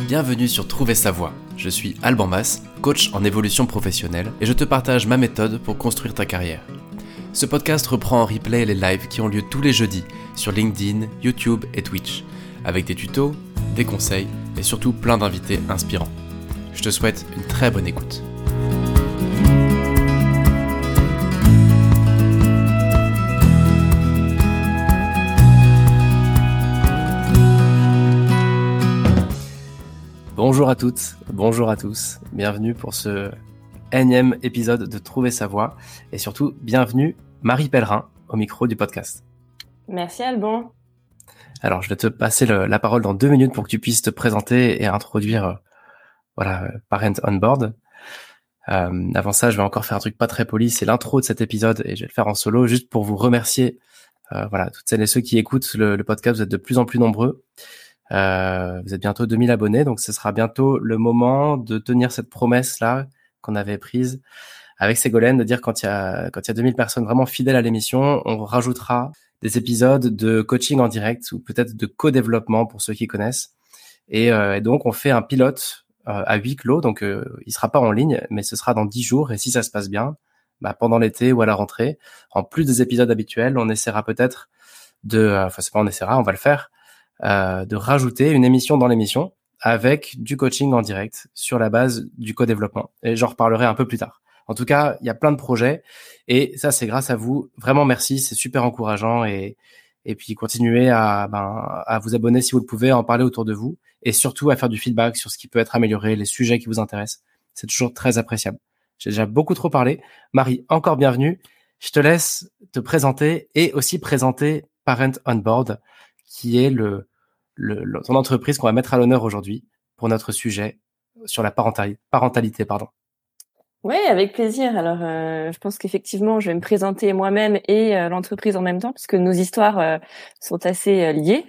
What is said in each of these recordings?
Bienvenue sur Trouver sa voie. Je suis Alban Mas, coach en évolution professionnelle et je te partage ma méthode pour construire ta carrière. Ce podcast reprend en replay les lives qui ont lieu tous les jeudis sur LinkedIn, YouTube et Twitch, avec des tutos, des conseils et surtout plein d'invités inspirants. Je te souhaite une très bonne écoute. Bonjour à toutes, bonjour à tous, bienvenue pour ce énième épisode de Trouver sa voie et surtout bienvenue Marie Pellerin au micro du podcast. Merci Alban. Alors je vais te passer la parole dans 2 minutes pour que tu puisses te présenter et introduire Parent on Board. Avant ça je vais encore faire un truc pas très poli, c'est l'intro de cet épisode et je vais le faire en solo juste pour vous remercier toutes celles et ceux qui écoutent le podcast, vous êtes de plus en plus nombreux. Vous êtes bientôt 2000 abonnés, donc ce sera bientôt le moment de tenir cette promesse-là qu'on avait prise avec Ségolène, de dire quand il y a 2000 personnes vraiment fidèles à l'émission, on rajoutera des épisodes de coaching en direct ou peut-être de co-développement pour ceux qui connaissent. Et donc, on fait un pilote à huis clos, donc il sera pas en ligne, mais ce sera dans 10 jours. Et si ça se passe bien, pendant l'été ou à la rentrée, en plus des épisodes habituels, on essaiera peut-être on va le faire, de rajouter une émission dans l'émission avec du coaching en direct sur la base du co-développement. Et j'en reparlerai un peu plus tard. En tout cas, il y a plein de projets et ça, c'est grâce à vous. Vraiment, merci. C'est super encourageant et puis continuez à vous abonner si vous le pouvez, à en parler autour de vous et surtout à faire du feedback sur ce qui peut être amélioré, les sujets qui vous intéressent. C'est toujours très appréciable. J'ai déjà beaucoup trop parlé. Marie, encore bienvenue. Je te laisse te présenter et aussi présenter Parent on Board, qui est ton entreprise qu'on va mettre à l'honneur aujourd'hui pour notre sujet sur la parentalité. Oui, avec plaisir. Alors, je pense qu'effectivement, je vais me présenter moi-même et l'entreprise en même temps, parce que nos histoires sont assez liées.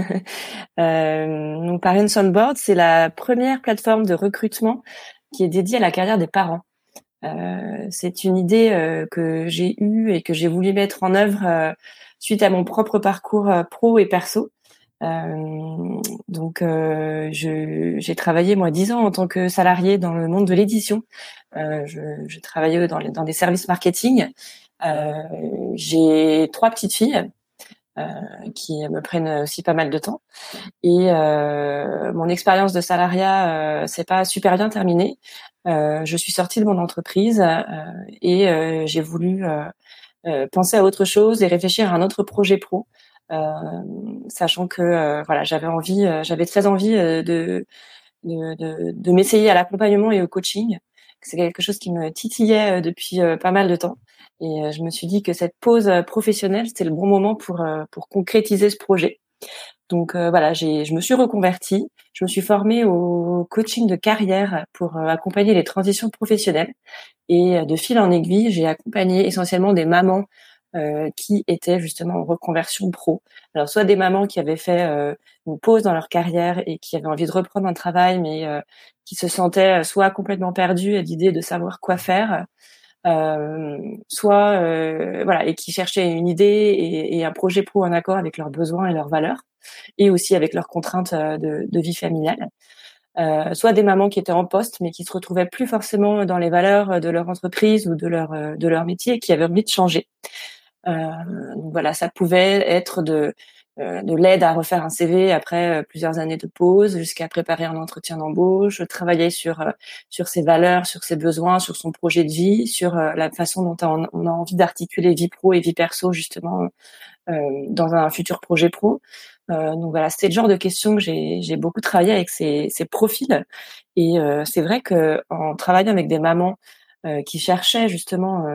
Donc, Parents on Board, c'est la première plateforme de recrutement qui est dédiée à la carrière des parents. C'est une idée que j'ai eue et que j'ai voulu mettre en œuvre suite à mon propre parcours pro et perso. J'ai travaillé moi 10 ans en tant que salariée dans le monde de l'édition. Je travaillais dans des services marketing. J'ai 3 petites filles qui me prennent aussi pas mal de temps. Et mon expérience de salariat c'est pas super bien terminée. Je suis sortie de mon entreprise et j'ai voulu penser à autre chose et réfléchir à un autre projet pro. Sachant que j'avais très envie de m'essayer à l'accompagnement et au coaching. C'est quelque chose qui me titillait depuis pas mal de temps. Et je me suis dit que cette pause professionnelle, c'était le bon moment pour concrétiser ce projet. Donc je me suis reconvertie. Je me suis formée au coaching de carrière pour accompagner les transitions professionnelles. Et de fil en aiguille, j'ai accompagné essentiellement des mamans qui étaient justement en reconversion pro. Alors soit des mamans qui avaient fait une pause dans leur carrière et qui avaient envie de reprendre un travail, mais qui se sentaient soit complètement perdues à l'idée de savoir quoi faire, et qui cherchaient une idée et un projet pro en accord avec leurs besoins et leurs valeurs, et aussi avec leurs contraintes de vie familiale. Soit des mamans qui étaient en poste mais qui se retrouvaient plus forcément dans les valeurs de leur entreprise ou de leur métier et qui avaient envie de changer. Ça pouvait être de l'aide à refaire un CV après plusieurs années de pause, jusqu'à préparer un entretien d'embauche, travailler sur ses valeurs, sur ses besoins, sur son projet de vie, sur la façon dont on a envie d'articuler vie pro et vie perso justement dans un futur projet pro. C'était le genre de questions que j'ai beaucoup travaillé avec ces profils. Et c'est vrai que en travaillant avec des mamans qui cherchaient justement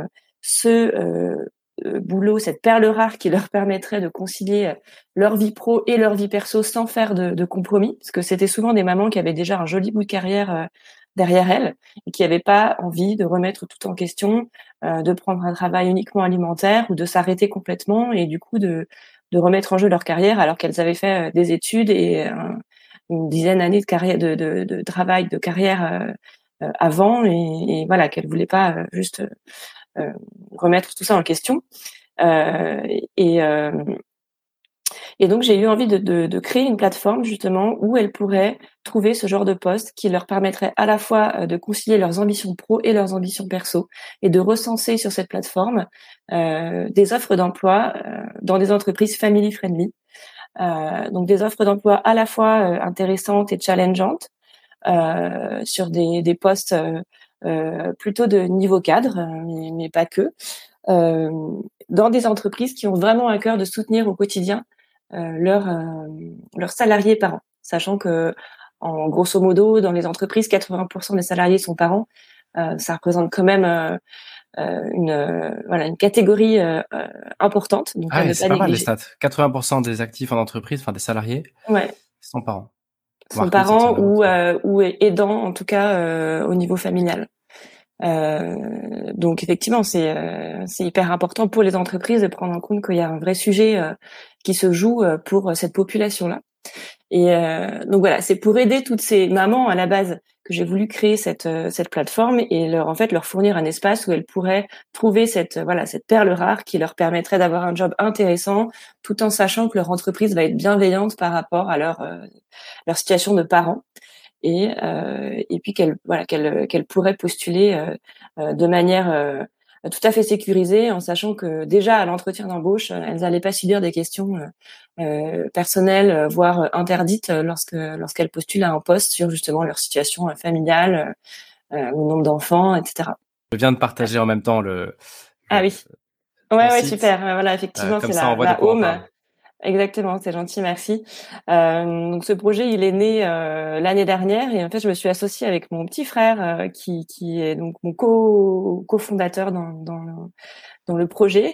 boulot, cette perle rare qui leur permettrait de concilier leur vie pro et leur vie perso sans faire de compromis, parce que c'était souvent des mamans qui avaient déjà un joli bout de carrière derrière elles et qui n'avaient pas envie de remettre tout en question, de prendre un travail uniquement alimentaire ou de s'arrêter complètement et du coup de remettre en jeu leur carrière alors qu'elles avaient fait des études et une dizaine d'années de carrière de travail de carrière avant et voilà, qu'elles voulaient pas juste remettre tout ça en question. Et donc, j'ai eu envie de créer une plateforme justement où elles pourraient trouver ce genre de poste qui leur permettrait à la fois de concilier leurs ambitions pro et leurs ambitions perso et de recenser sur cette plateforme des offres d'emploi dans des entreprises family friendly. Donc des offres d'emploi à la fois intéressantes et challengeantes sur des postes plutôt de niveau cadre, mais pas que, euh, dans des entreprises qui ont vraiment à cœur de soutenir au quotidien leurs salariés parents, sachant que en grosso modo dans les entreprises 80% des salariés sont parents. Ça représente quand même une catégorie importante, donc Ah à ouais, ne c'est pas pas mal les négliger. stats. 80% des actifs en entreprise, enfin des salariés, Ouais, sont parents. sont Remarquez, c'est parents étonnant, ça. ou aidants en tout cas au niveau familial. Donc effectivement, c'est hyper important pour les entreprises de prendre en compte qu'il y a un vrai sujet qui se joue pour cette population-là. Et donc voilà, c'est pour aider toutes ces mamans à la base que j'ai voulu créer cette plateforme et leur fournir un espace où elles pourraient trouver cette perle rare qui leur permettrait d'avoir un job intéressant tout en sachant que leur entreprise va être bienveillante par rapport à leur situation de parents et puis qu'elle pourrait postuler de manière tout à fait sécurisée en sachant que déjà à l'entretien d'embauche elles n'allaient pas subir des questions personnelles voire interdites lorsqu'elles postulent à un poste sur justement leur situation familiale, le nombre d'enfants, etc. Je viens de partager en même temps Ah le oui, ton ouais site. super. Voilà, effectivement Comme c'est ça, on voit de la quoi on home. parle. Exactement, c'est gentil, merci. Donc ce projet, il est né l'année dernière et en fait, je me suis associée avec mon petit frère qui est donc mon cofondateur dans le projet.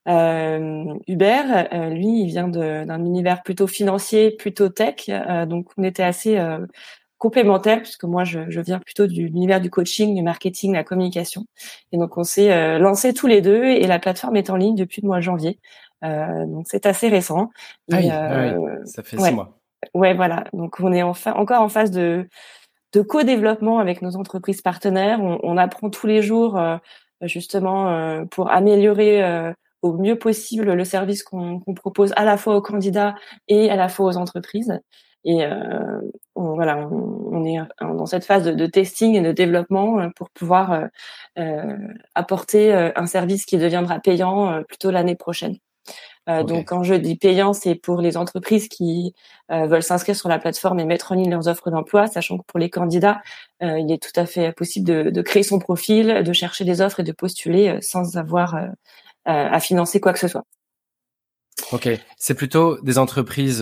Hubert, lui, il vient d'un univers plutôt financier, plutôt tech, donc on était assez complémentaires puisque moi, je viens plutôt de l'univers du coaching, du marketing, de la communication. Et donc on s'est lancés tous les deux et la plateforme est en ligne depuis le mois de janvier. Donc c'est assez récent. Ah Et oui, ah oui, ça fait 6 ouais, mois. ouais, voilà. Donc on est encore en phase de co-développement avec nos entreprises partenaires. On apprend tous les jours justement pour améliorer au mieux possible le service qu'on propose à la fois aux candidats et à la fois aux entreprises. Et on est dans cette phase de testing et de développement pour pouvoir apporter un service qui deviendra payant plutôt l'année prochaine. Ok. Donc, quand je dis payant, c'est pour les entreprises qui veulent s'inscrire sur la plateforme et mettre en ligne leurs offres d'emploi, sachant que pour les candidats, il est tout à fait possible de créer son profil, de chercher des offres et de postuler sans avoir à financer quoi que ce soit. Ok, c'est plutôt des entreprises,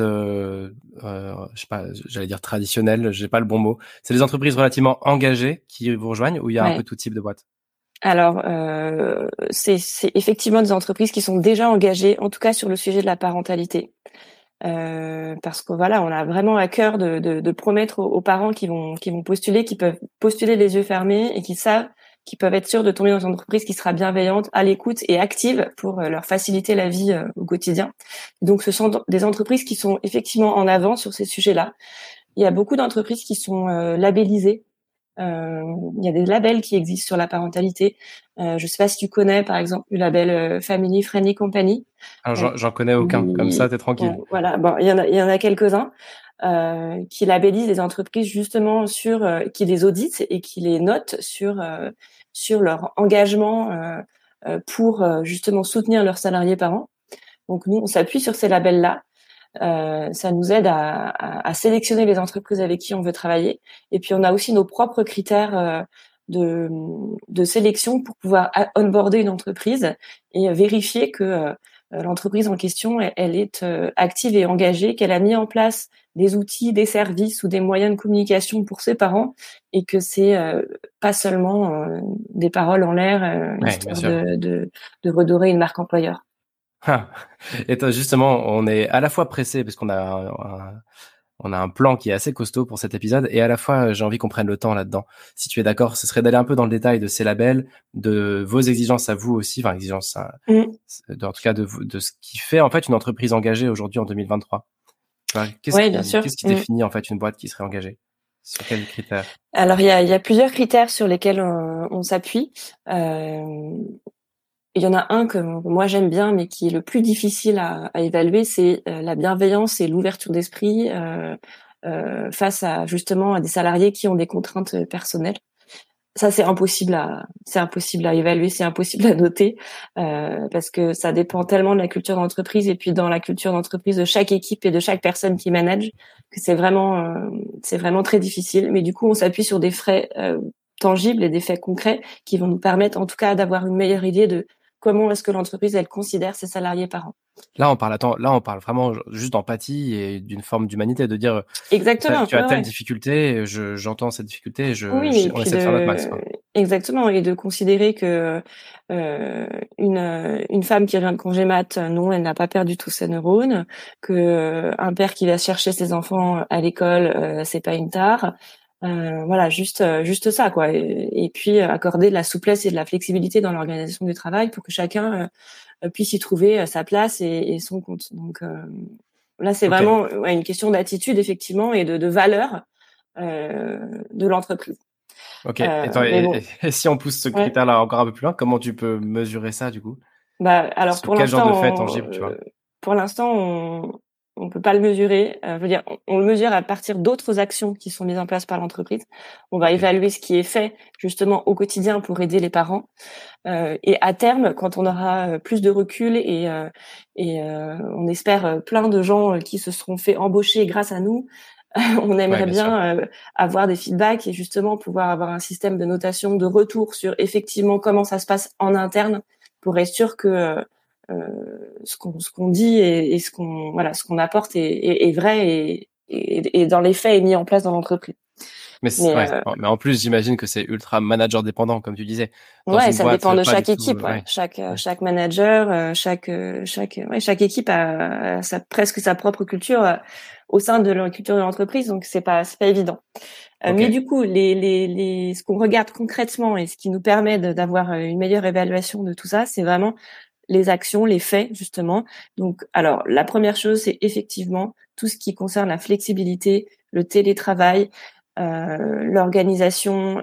je sais pas, j'allais dire traditionnelles, j'ai pas le bon mot. C'est des entreprises relativement engagées qui vous rejoignent ou il y a un peu Ouais. tout type de boîte? Alors, c'est effectivement des entreprises qui sont déjà engagées, en tout cas sur le sujet de la parentalité. Parce que voilà, on a vraiment à cœur de promettre aux parents qui vont postuler, qui peuvent postuler les yeux fermés et qui savent qu'ils peuvent être sûrs de tomber dans une entreprise qui sera bienveillante, à l'écoute et active pour leur faciliter la vie au quotidien. Donc, ce sont des entreprises qui sont effectivement en avant sur ces sujets-là. Il y a beaucoup d'entreprises qui sont labellisées. Il y a des labels qui existent sur la parentalité. Je sais pas si tu connais, par exemple, le label Family Friendly Company. Alors, Euh, j'en connais aucun. Comme ça, t'es tranquille. voilà, bon, il y en a quelques-uns qui labellisent des entreprises justement qui les auditent et qui les notent sur leur engagement pour justement soutenir leurs salariés parents. Donc nous, on s'appuie sur ces labels-là. Ça nous aide à sélectionner les entreprises avec qui on veut travailler. Et puis on a aussi nos propres critères de sélection pour pouvoir onboarder une entreprise et vérifier que l'entreprise en question, elle est active et engagée, qu'elle a mis en place des outils, des services ou des moyens de communication pour ses parents et que c'est pas seulement des paroles en l'air Ouais, bien histoire sûr. de redorer une marque employeur. Ah. Et toi, justement, on est à la fois pressé parce qu'on a on a un plan qui est assez costaud pour cet épisode et à la fois j'ai envie qu'on prenne le temps là-dedans. Si tu es d'accord, ce serait d'aller un peu dans le détail de ces labels, de vos exigences à vous aussi, enfin exigences, Mm. en tout cas de ce qui fait en fait une entreprise engagée aujourd'hui en 2023. Tu vois, Oui, bien sûr. qu'est-ce qui Mm. définit en fait une boîte qui serait engagée? Sur quels critères? Alors il y a plusieurs critères sur lesquels on s'appuie. Euh, il y en a un que moi j'aime bien, mais qui est le plus difficile à évaluer, c'est la bienveillance et l'ouverture d'esprit face à justement à des salariés qui ont des contraintes personnelles. Ça, c'est impossible à évaluer, c'est impossible à noter, parce que ça dépend tellement de la culture d'entreprise et puis dans la culture d'entreprise de chaque équipe et de chaque personne qui manage que c'est vraiment très difficile. Mais du coup, on s'appuie sur des faits tangibles et des faits concrets qui vont nous permettre, en tout cas, d'avoir une meilleure idée de comment est-ce que l'entreprise elle considère ses salariés par an. Là, on parle vraiment juste d'empathie et d'une forme d'humanité, de dire, Exactement. tu as Ouais, telle ouais. difficulté, j'entends cette difficulté, Oui, et on puis essaie de faire notre max, quoi. exactement, et de considérer que une femme qui revient de congé mat, non, elle n'a pas perdu tous ses neurones, que un père qui va chercher ses enfants à l'école, c'est pas une tare. Voilà, juste ça, quoi. Et puis accorder de la souplesse et de la flexibilité dans l'organisation du travail pour que chacun puisse y trouver sa place et son compte. Donc là, c'est Ok, vraiment ouais, une question d'attitude effectivement et de valeur de l'entreprise. ok. Mais bon, Et si on pousse ce ouais. critère-là encore un peu plus loin, comment tu peux mesurer ça, du coup? Bah alors Sur quel genre de fait tangible, tu vois? pour l'instant on peut pas le mesurer. Je veux dire, on le mesure à partir d'autres actions qui sont mises en place par l'entreprise. On va Ok, évaluer ce qui est fait justement au quotidien pour aider les parents. Et à terme, quand on aura plus de recul et on espère plein de gens qui se seront fait embaucher grâce à nous, on ouais, aimerait bien sûr. bien avoir des feedbacks et justement pouvoir avoir un système de notation de retour sur effectivement comment ça se passe en interne pour être sûr que ce qu'on dit et ce qu'on apporte est vrai et dans les faits est mis en place dans l'entreprise. Mais Ouais, mais en plus, j'imagine que c'est ultra manager dépendant, comme tu disais. Dans ouais, une ça boîte, dépend de pas du chaque tout, équipe. Ouais, ouais, ouais. chaque manager, chaque équipe a presque sa propre culture au sein de la culture de l'entreprise, donc c'est pas évident. Ok, Mais du coup, ce qu'on regarde concrètement et ce qui nous permet d'avoir une meilleure évaluation de tout ça, c'est vraiment les actions, les faits, justement. Donc, alors, la première chose, c'est effectivement tout ce qui concerne la flexibilité, le télétravail, l'organisation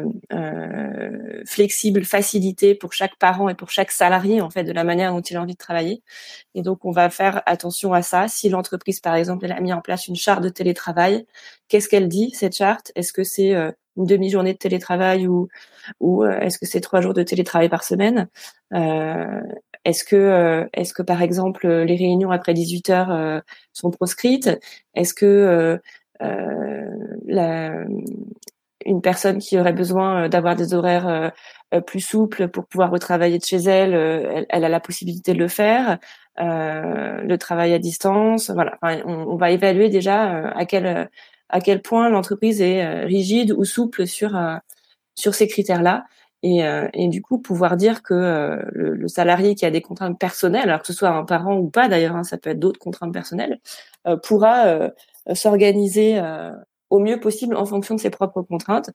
flexible, facilitée pour chaque parent et pour chaque salarié, en fait, de la manière dont il a envie de travailler. Et donc, on va faire attention à ça. Si l'entreprise, par exemple, elle a mis en place une charte de télétravail, qu'est-ce qu'elle dit, cette charte? Est-ce que c'est une demi-journée de télétravail ou est-ce que c'est 3 jours de télétravail par semaine? Euh, est-ce que par exemple les réunions après 18 heures sont proscrites? Est-ce que euh, la, une personne qui aurait besoin d'avoir des horaires plus souples pour pouvoir retravailler de chez elle, elle a la possibilité de le faire. Le travail à distance, voilà. Enfin, on va évaluer déjà à quel point l'entreprise est rigide ou souple sur ces critères-là. Et du coup, pouvoir dire que le salarié qui a des contraintes personnelles, alors que ce soit un parent ou pas d'ailleurs, hein, ça peut être d'autres contraintes personnelles, pourra s'organiser au mieux possible en fonction de ses propres contraintes,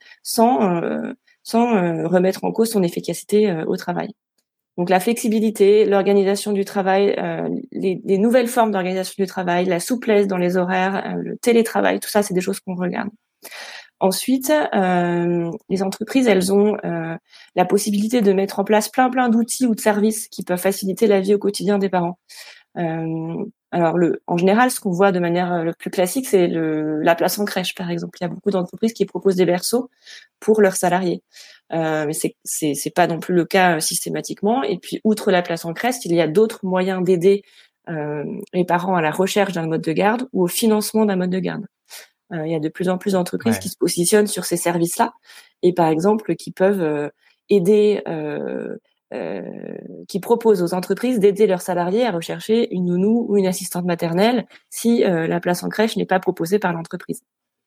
sans remettre en cause son efficacité au travail. Donc la flexibilité, l'organisation du travail, les nouvelles formes d'organisation du travail, la souplesse dans les horaires, le télétravail, tout ça, c'est des choses qu'on regarde. Ensuite, les entreprises, elles ont la possibilité de mettre en place plein d'outils ou de services qui peuvent faciliter la vie au quotidien des parents. Alors, en général, ce qu'on voit de manière le plus classique, c'est la place en crèche, par exemple. Il y a beaucoup d'entreprises qui proposent des berceaux pour leurs salariés. Mais c'est pas non plus le cas systématiquement. Et puis, outre la place en crèche, il y a d'autres moyens d'aider les parents à la recherche d'un mode de garde ou au financement d'un mode de garde. Il y a de plus en plus d'entreprises Ouais. qui se positionnent sur ces services-là et par exemple qui peuvent aider, euh, qui proposent aux entreprises d'aider leurs salariés à rechercher une nounou ou une assistante maternelle si la place en crèche n'est pas proposée par l'entreprise.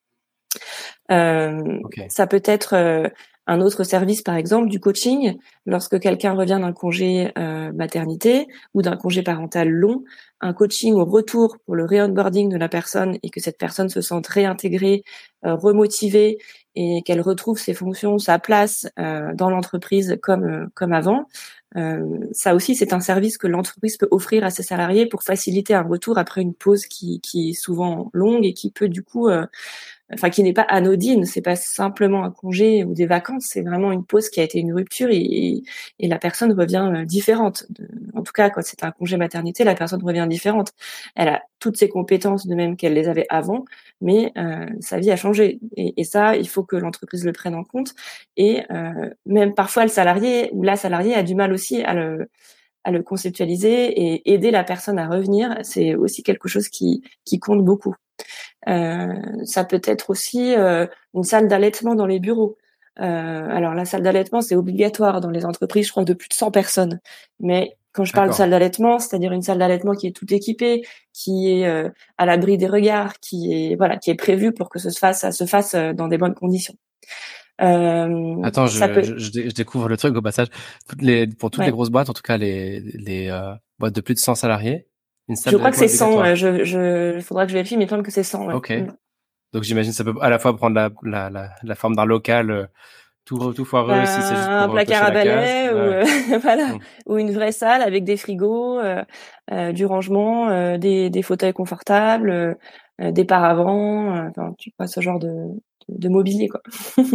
Ok. Ça peut être un autre service, par exemple, du coaching. Lorsque quelqu'un revient d'un congé maternité ou d'un congé parental long, un coaching au retour pour le re-onboarding de la personne et que cette personne se sente réintégrée, remotivée et qu'elle retrouve ses fonctions, sa place dans l'entreprise comme avant. Ça aussi, c'est un service que l'entreprise peut offrir à ses salariés pour faciliter un retour après une pause qui est souvent longue et qui peut du coup enfin qui n'est pas anodine. C'est pas simplement un congé ou des vacances, c'est vraiment une pause qui a été une rupture et la personne revient différente. En tout cas, quand c'est un congé maternité, la personne revient différente. Elle a toutes ses compétences de même qu'elle les avait avant, mais sa vie a changé. Et ça, il faut que l'entreprise le prenne en compte. Et même parfois, le salarié ou la salariée a du mal aussi à le conceptualiser et aider la personne à revenir. C'est aussi quelque chose qui compte beaucoup. Ça peut être aussi une salle d'allaitement dans les bureaux. Alors la salle d'allaitement, c'est obligatoire dans les entreprises, je crois, de plus de 100 personnes. Mais quand je parle de D'accord. salle d'allaitement, c'est-à-dire une salle d'allaitement qui est toute équipée, qui est à l'abri des regards, qui est prévue pour que ça se fasse dans des bonnes conditions. Attends, Ça peut, je découvre le truc au passage. Pour toutes les ouais. grosses boîtes, en tout cas les boîtes de plus de 100 salariés, une salle Je crois que d'allaitement c'est 100. obligatoire. Il faudra que je vérifie, mais il me semble que c'est 100. Ouais. Ok. Donc j'imagine ça peut à la fois prendre la forme d'un local tout foireux si c'est juste Un pour placard cocher à la case. balai ou Ouais. voilà, Hmm. ou une vraie salle avec des frigos, du rangement, des fauteuils confortables, des paravents, enfin, tu vois ce genre de mobilier quoi.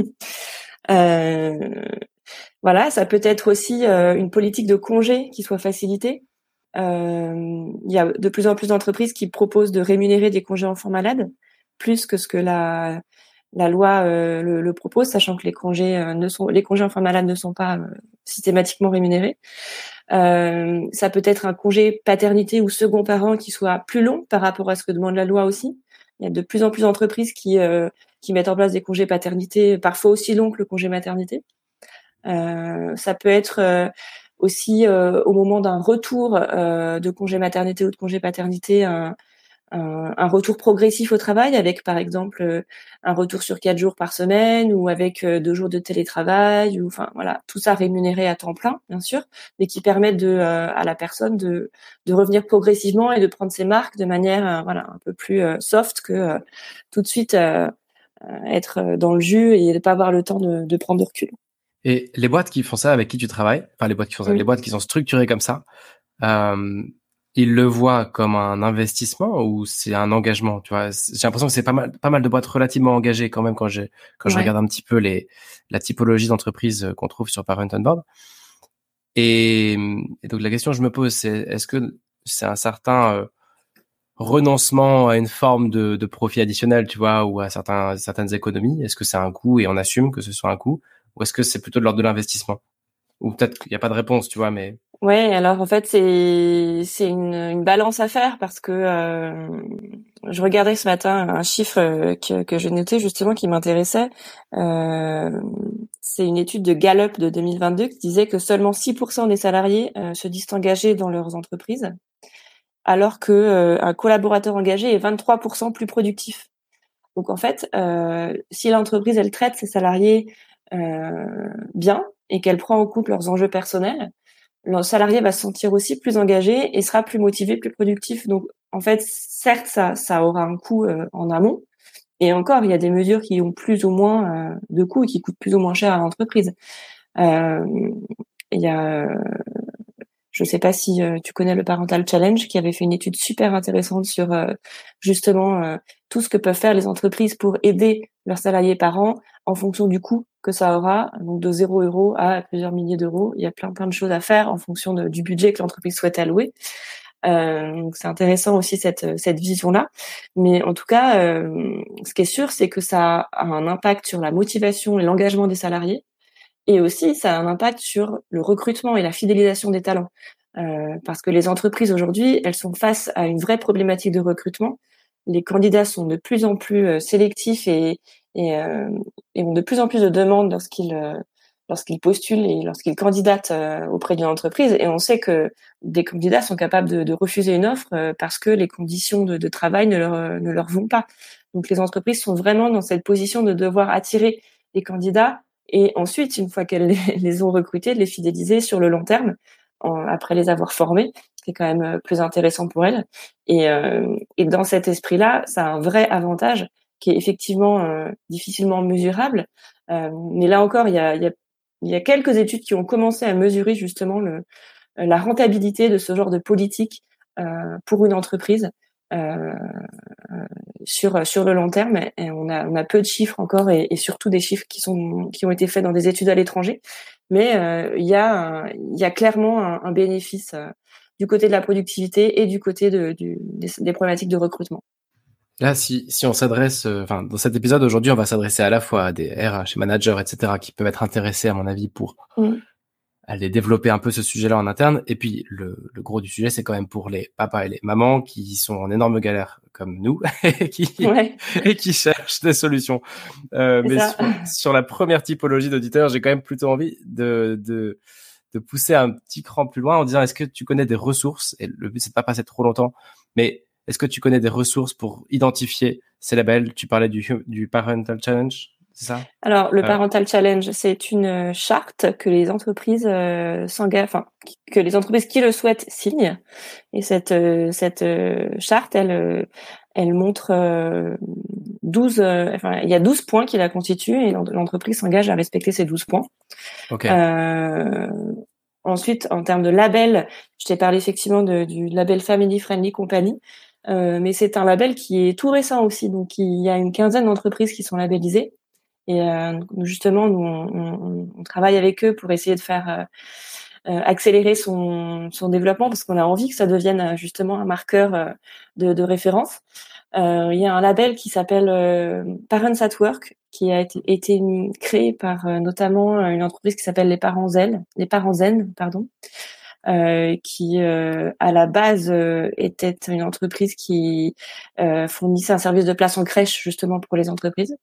Euh, voilà, ça peut être aussi une politique de congé qui soit facilitée. Il y a de plus en plus d'entreprises qui proposent de rémunérer des congés enfants malades, plus que ce que la loi le propose, sachant que les congés enfants malades ne sont pas systématiquement rémunérés. Ça peut être un congé paternité ou second parent qui soit plus long par rapport à ce que demande la loi aussi. Il y a de plus en plus d'entreprises qui mettent en place des congés paternité parfois aussi longs que le congé maternité. Ça peut être aussi au moment d'un retour de congé maternité ou de congé paternité, un retour progressif au travail avec par exemple un retour sur 4 jours par semaine ou avec 2 jours de télétravail ou enfin voilà, tout ça rémunéré à temps plein bien sûr, mais qui permettent à la personne de revenir progressivement et de prendre ses marques de manière voilà un peu plus soft que tout de suite être dans le jus et ne pas avoir le temps de prendre de recul. Et les boîtes qui font ça, avec qui tu travailles, enfin les boîtes qui font ça, les Oui. boîtes qui sont structurées comme ça, euh, ils le voient comme un investissement ou c'est un engagement, tu vois. J'ai l'impression que c'est pas mal de boîtes relativement engagées quand même quand je Ouais. regarde un petit peu la typologie d'entreprise qu'on trouve sur Parent on Board. Et donc la question que je me pose, c'est est-ce que c'est un certain renoncement à une forme de profit additionnel, tu vois, ou à certaines économies? Est-ce que c'est un coût et on assume que ce soit un coût, ou est-ce que c'est plutôt de l'ordre de l'investissement? Ou peut-être qu'il n'y a pas de réponse, tu vois, mais Ouais, alors en fait c'est une balance à faire parce que je regardais ce matin un chiffre que je notais justement qui m'intéressait. Euh, c'est une étude de Gallup de 2022 qui disait que seulement 6% des salariés se disent engagés dans leurs entreprises, alors que un collaborateur engagé est 23% plus productif. Donc en fait, si l'entreprise elle traite ses salariés bien et qu'elle prend en compte leurs enjeux personnels, le salarié va se sentir aussi plus engagé et sera plus motivé, plus productif. Donc, en fait, certes, ça aura un coût en amont. Et encore, il y a des mesures qui ont plus ou moins de coûts et qui coûtent plus ou moins cher à l'entreprise. Euh, il y a, je sais pas si tu connais le Parental Challenge, qui avait fait une étude super intéressante sur justement tout ce que peuvent faire les entreprises pour aider leurs salariés parents en fonction du coût que ça aura, donc de 0 € à plusieurs milliers d'euros. Il y a plein de choses à faire en fonction du budget que l'entreprise souhaite allouer. Donc c'est intéressant aussi cette vision-là. Mais en tout cas, ce qui est sûr, c'est que ça a un impact sur la motivation et l'engagement des salariés. Et aussi, ça a un impact sur le recrutement et la fidélisation des talents. Parce que les entreprises aujourd'hui, elles sont face à une vraie problématique de recrutement. Les candidats sont de plus en plus sélectifs et, euh, et ont de plus en plus de demandes lorsqu'ils postulent et lorsqu'ils candidatent auprès d'une entreprise. Et on sait que des candidats sont capables de refuser une offre parce que les conditions de travail ne leur vont pas. Donc les entreprises sont vraiment dans cette position de devoir attirer des candidats et ensuite, une fois qu'elles les ont recrutés, de les fidéliser sur le long terme, après les avoir formés, c'est quand même plus intéressant pour elles. Et dans cet esprit-là, ça a un vrai avantage qui est effectivement difficilement mesurable. Mais là encore, il y a quelques études qui ont commencé à mesurer justement la rentabilité de ce genre de politique pour une entreprise. euh, sur le long terme. Et on a peu de chiffres encore et surtout des chiffres qui ont été faits dans des études à l'étranger. Mais il y a clairement un bénéfice du côté de la productivité et du côté des problématiques de recrutement. Là, si on s'adresse, dans cet épisode aujourd'hui, on va s'adresser à la fois à des RH, managers, etc., qui peuvent être intéressés, à mon avis, pour aller développer un peu ce sujet-là en interne. Et puis, le gros du sujet, c'est quand même pour les papas et les mamans qui sont en énorme galère, comme nous, et qui cherchent des solutions. Mais sur la première typologie d'auditeurs, j'ai quand même plutôt envie de pousser un petit cran plus loin en disant, est-ce que tu connais des ressources? Et le but, c'est de pas passer trop longtemps, mais est-ce que tu connais des ressources pour identifier ces labels? Tu parlais du Parental Challenge, c'est ça? Alors, le Parental Challenge, c'est une charte que les entreprises que les entreprises qui le souhaitent signent. Et cette charte, elle montre 12, il y a 12 points qui la constituent et l'entreprise s'engage à respecter ces 12 points. Okay. Ensuite, en termes de label, je t'ai parlé effectivement du label Family Friendly Company. Mais c'est un label qui est tout récent aussi. Donc, il y a une quinzaine d'entreprises qui sont labellisées. Et justement, nous, on travaille avec eux pour essayer de faire accélérer son développement parce qu'on a envie que ça devienne justement un marqueur de référence. Il y a un label qui s'appelle Parents at Work qui a été créé par notamment une entreprise qui s'appelle les Parents Zen, pardon. Qui à la base était une entreprise qui fournissait un service de place en crèche justement pour les entreprises.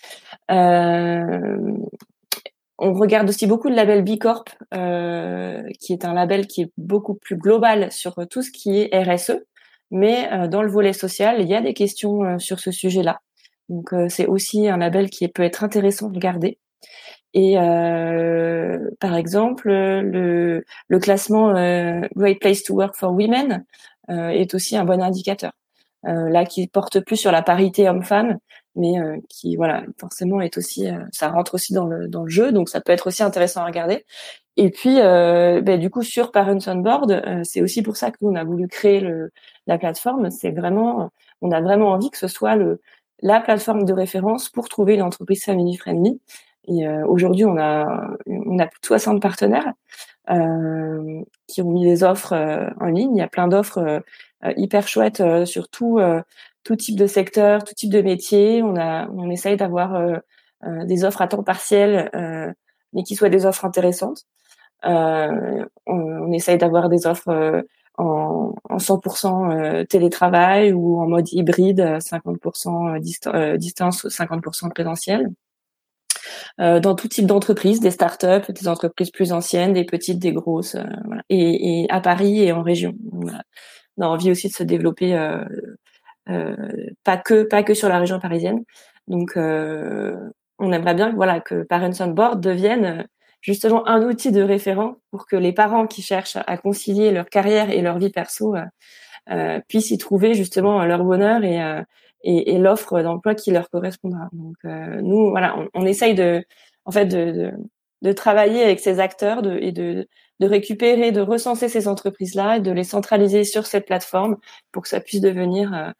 On regarde aussi beaucoup le label B Corp, qui est un label qui est beaucoup plus global sur tout ce qui est RSE, mais dans le volet social, il y a des questions sur ce sujet-là. Donc c'est aussi un label qui peut être intéressant de regarder. Et par exemple, le classement Great Place to Work for Women est aussi un bon indicateur. Là, qui porte plus sur la parité homme-femme, mais qui, voilà, forcément est aussi, ça rentre aussi dans le jeu, donc ça peut être aussi intéressant à regarder. Et puis, du coup, sur Parents on Board, c'est aussi pour ça que nous on a voulu créer la plateforme. C'est vraiment, on a vraiment envie que ce soit la plateforme de référence pour trouver une entreprise family friendly. Et aujourd'hui, on a plus de 60 partenaires qui ont mis des offres en ligne. Il y a plein d'offres hyper chouettes sur tout type de secteur, tout type de métier. On essaye d'avoir des offres à temps partiel, mais qui soient des offres intéressantes. On essaye d'avoir des offres en 100% télétravail ou en mode hybride, 50% distance, 50% présentiel. Dans tout type d'entreprise, des startups, des entreprises plus anciennes, des petites, des grosses, voilà. Et à Paris et en région. Voilà. On a envie aussi de se développer, pas que sur la région parisienne. Donc, on aimerait bien, voilà, que Parents on Board devienne justement un outil de référent pour que les parents qui cherchent à concilier leur carrière et leur vie perso puissent y trouver justement leur bonheur et l'offre d'emploi qui leur correspondra. Donc nous, voilà, on essaye de travailler avec ces acteurs de récupérer, de recenser ces entreprises-là et de les centraliser sur cette plateforme pour que ça puisse devenir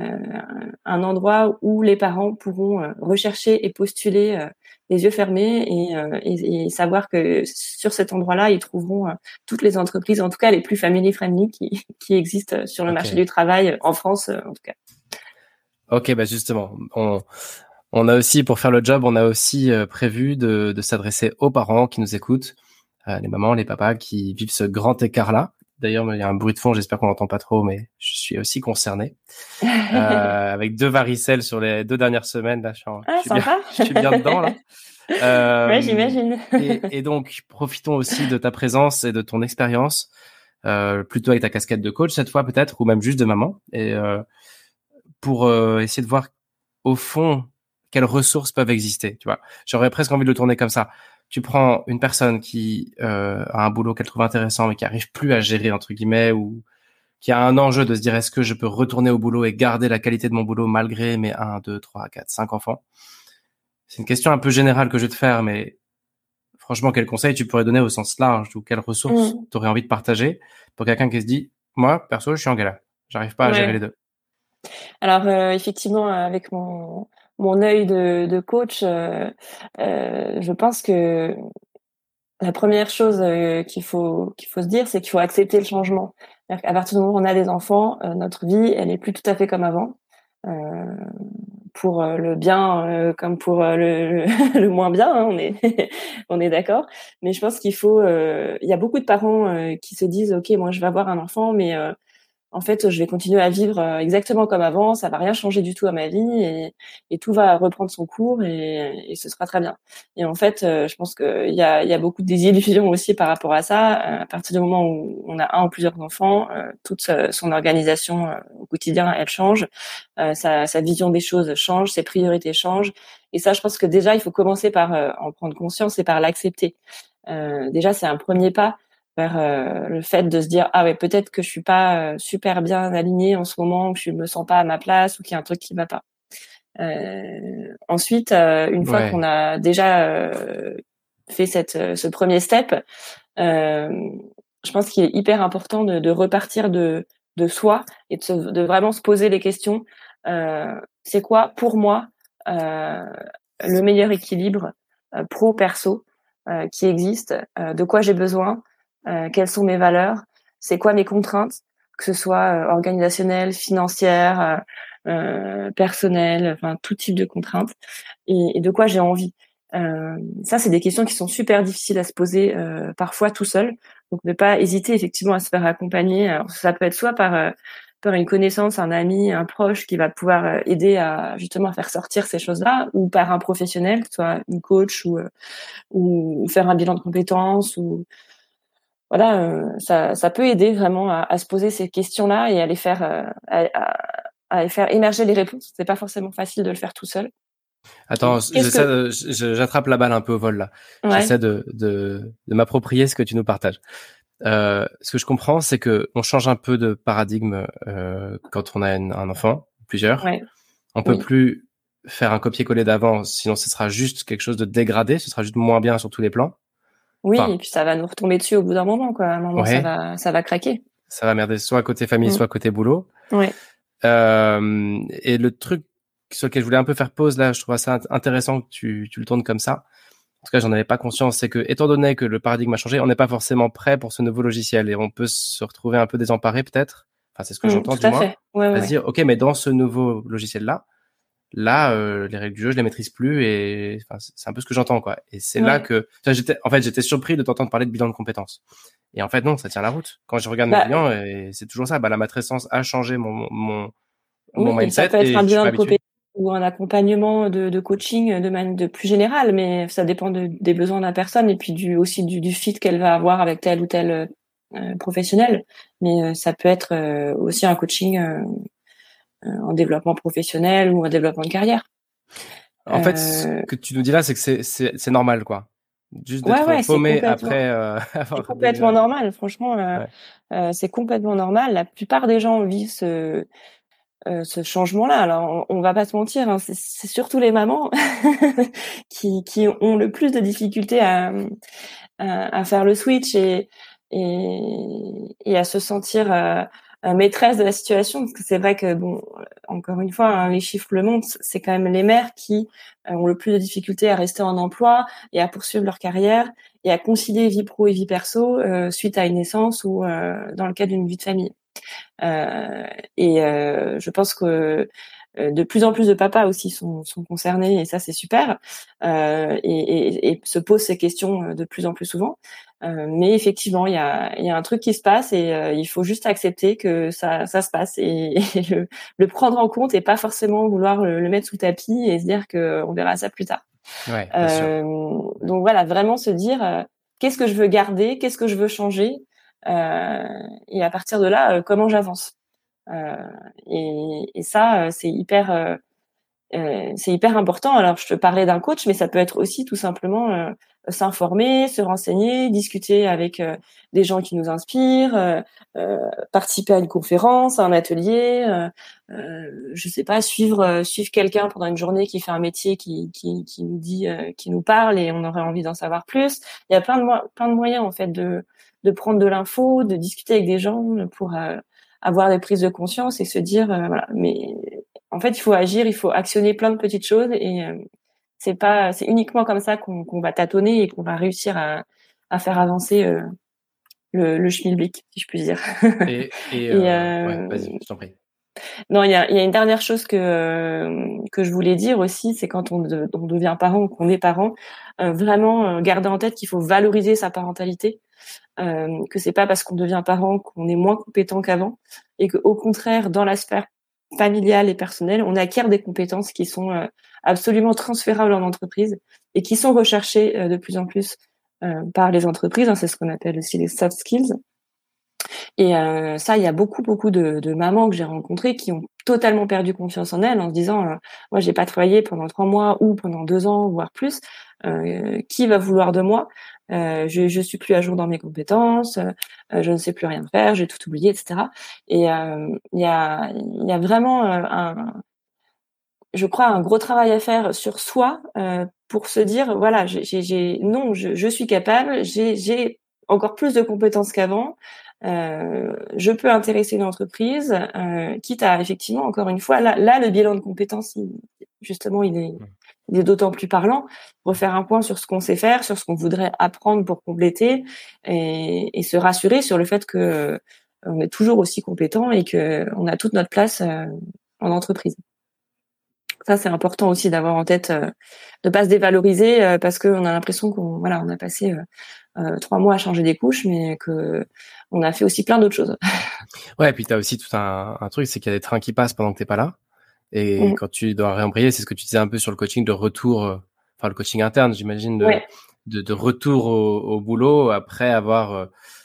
un endroit où les parents pourront rechercher et postuler les yeux fermés et savoir que sur cet endroit-là, ils trouveront toutes les entreprises, en tout cas les plus family friendly qui existent sur le marché du travail en France, en tout cas. Ok, bah justement, on a aussi, pour faire le job, on a aussi prévu de s'adresser aux parents qui nous écoutent, les mamans, les papas qui vivent ce grand écart-là. D'ailleurs, il y a un bruit de fond, j'espère qu'on n'entend pas trop, mais je suis aussi concerné. Avec 2 varicelles sur les 2 dernières semaines, là, je suis bien dedans, là. Ouais, j'imagine. et donc, profitons aussi de ta présence et de ton expérience, plutôt avec ta casquette de coach cette fois peut-être, ou même juste de maman, et pour essayer de voir au fond quelles ressources peuvent exister. Tu vois, j'aurais presque envie de le tourner comme ça. Tu prends une personne qui a un boulot qu'elle trouve intéressant mais qui arrive plus à gérer entre guillemets, ou qui a un enjeu de se dire est-ce que je peux retourner au boulot et garder la qualité de mon boulot malgré mes 1, 2, 3, 4, 5 enfants. C'est une question un peu générale que je vais te faire, mais franchement, quel conseil tu pourrais donner au sens large, ou quelles ressources tu aurais envie de partager pour quelqu'un qui se dit moi perso je suis en galère, j'arrive pas à gérer les deux. Alors effectivement, avec mon œil de coach, je pense que la première chose qu'il faut se dire, c'est qu'il faut accepter le changement. C'est-à-dire qu'à partir du moment où on a des enfants, notre vie, elle est plus tout à fait comme avant. Euh, pour le bien comme pour le moins bien, hein, on est on est d'accord. Mais je pense qu'il faut, il y a beaucoup de parents qui se disent ok, moi je vais avoir un enfant, mais en fait, je vais continuer à vivre exactement comme avant, ça va rien changer du tout à ma vie et tout va reprendre son cours et ce sera très bien. Et en fait, je pense qu'il y a beaucoup de désillusions aussi par rapport à ça. À partir du moment où on a un ou plusieurs enfants, toute son organisation au quotidien, elle change, sa vision des choses change, ses priorités changent. Et ça, je pense que déjà, il faut commencer par en prendre conscience et par l'accepter. Déjà, c'est un premier pas vers le fait de se dire ah ouais, peut-être que je suis pas super bien alignée en ce moment, que je me sens pas à ma place ou qu'il y a un truc qui va pas. Ensuite, une fois qu'on Ouais. a déjà fait ce premier step, je pense qu'il est hyper important de repartir de soi et de vraiment se poser les questions. C'est quoi pour moi euh, le meilleur équilibre pro-perso qui existe, de quoi j'ai besoin, quelles sont mes valeurs, c'est quoi mes contraintes, que ce soit organisationnelles, financières, personnelles, enfin tout type de contraintes, et de quoi j'ai envie. Ça, c'est des questions qui sont super difficiles à se poser parfois tout seul. Donc, ne pas hésiter effectivement à se faire accompagner. Alors, ça peut être soit par une connaissance, un ami, un proche qui va pouvoir aider à justement à faire sortir ces choses-là, ou par un professionnel, que ce soit une coach ou faire un bilan de compétences ou voilà, ça peut aider vraiment à se poser ces questions-là et à les faire à les faire émerger les réponses. C'est pas forcément facile de le faire tout seul. Attends, Qu'est-ce que j'attrape la balle un peu au vol là. ouais J'essaie de m'approprier ce que tu nous partages. Ce que je comprends, c'est que on change un peu de paradigme quand on a un enfant, plusieurs. ouais On peut oui plus faire un copier-coller d'avant, sinon ce sera juste quelque chose de dégradé, ce sera juste moins bien sur tous les plans. oui et Enfin, puis ça va nous retomber dessus au bout d'un moment quoi. À un moment ouais, ça va craquer. ça va merder soit côté famille, Mm. soit côté boulot. Ouais. Et le truc sur lequel je voulais un peu faire pause là, je trouve ça intéressant que tu le tournes comme ça. En tout cas, j'en avais pas conscience. C'est que, étant donné que le paradigme a changé, on n'est pas forcément prêt pour ce nouveau logiciel et on peut se retrouver un peu désemparé peut-être. Enfin, c'est ce que j'entends Tout du à moins. fait. Ouais ouais À se ouais. dire, ok, mais dans ce nouveau logiciel-là, les règles du jeu, je les maîtrise plus et enfin, c'est un peu ce que j'entends quoi. Et c'est là Ouais. que, enfin, j'étais surpris de t'entendre parler de bilan de compétences. Et en fait, non, ça tient la route. Quand je regarde mes Bah clients, et c'est toujours ça. Bah, la matrescence a changé mon oui, et ça mindset peut être et un je suis bilan pas de habitué. compétences ou un accompagnement de coaching de plus général, mais ça dépend des besoins de la personne et puis aussi du fit qu'elle va avoir avec tel ou tel professionnel. Mais ça peut être aussi un coaching en développement professionnel ou en développement de carrière. En fait, ce Euh, que tu nous dis là, c'est que c'est normal, quoi. Juste ouais, d'être ouais, paumé après c'est avoir complètement déjà. normal. Franchement, Ouais. c'est complètement normal. La plupart des gens vivent ce changement-là. Alors, on va pas se mentir, hein, c'est surtout les mamans qui ont le plus de difficultés à faire le switch et à se sentir maîtresse de la situation. Parce que c'est vrai que, bon, encore une fois, hein, les chiffres le montrent, c'est quand même les mères qui ont le plus de difficultés à rester en emploi et à poursuivre leur carrière et à concilier vie pro et vie perso suite à une naissance ou dans le cadre d'une vie de famille. Euh, je pense que de plus en plus de papas aussi sont concernés et ça c'est super et se posent ces questions de plus en plus souvent. Mais effectivement, il y a un truc qui se passe et il faut juste accepter que ça se passe et le prendre en compte et pas forcément vouloir le mettre sous le tapis et se dire que on verra ça plus tard. Ouais, bien sûr. Euh, donc voilà, vraiment se dire qu'est-ce que je veux garder, qu'est-ce que je veux changer, euh, et à partir de là, comment j'avance. Euh, et ça, c'est hyper important. Alors, je te parlais d'un coach, mais ça peut être aussi tout simplement s'informer, se renseigner, discuter avec des gens qui nous inspirent, participer à une conférence, à un atelier, je sais pas, suivre quelqu'un pendant une journée qui fait un métier qui nous dit, qui nous parle et on aurait envie d'en savoir plus. Il y a plein de moyens en fait de prendre de l'info, de discuter avec des gens pour avoir des prises de conscience et se dire voilà. Mais en fait, il faut agir, il faut actionner plein de petites choses et c'est uniquement comme ça qu'on va tâtonner et qu'on va réussir à faire avancer le schmilblick, si je puis dire. Et Ouais, vas-y, je t'en prie. non, il y a une dernière chose que je voulais dire aussi, c'est quand on devient parent ou qu'on est parent, vraiment garder en tête qu'il faut valoriser sa parentalité, que c'est pas parce qu'on devient parent qu'on est moins compétent qu'avant, et que au contraire, dans la sphère familiale et personnelle, on acquiert des compétences qui sont absolument transférables en entreprise et qui sont recherchées de plus en plus par les entreprises. Hein, c'est ce qu'on appelle aussi les soft skills. Et ça, il y a beaucoup de mamans que j'ai rencontrées qui ont totalement perdu confiance en elles en se disant moi j'ai pas travaillé pendant 3 mois ou pendant 2 ans voire plus, qui va vouloir de moi, je suis plus à jour dans mes compétences, je ne sais plus rien faire, j'ai tout oublié, etc. Et il y a vraiment je crois un gros travail à faire sur soi pour se dire voilà non je suis capable, j'ai encore plus de compétences qu'avant. Je peux intéresser une entreprise, quitte à effectivement, encore une fois, là le bilan de compétences, justement, il est d'autant plus parlant. Refaire un point sur ce qu'on sait faire, sur ce qu'on voudrait apprendre pour compléter, et se rassurer sur le fait que on est toujours aussi compétent et que on a toute notre place en entreprise. Ça, c'est important aussi d'avoir en tête, de pas se dévaloriser parce qu'on a l'impression on a passé 3 mois à changer des couches, mais que on a fait aussi plein d'autres choses. Ouais, et puis t'as aussi tout un truc, c'est qu'il y a des trains qui passent pendant que t'es pas là. Et quand tu dois réembrayer, c'est ce que tu disais un peu sur le coaching de retour, enfin le coaching interne, j'imagine, Ouais. de retour au boulot après avoir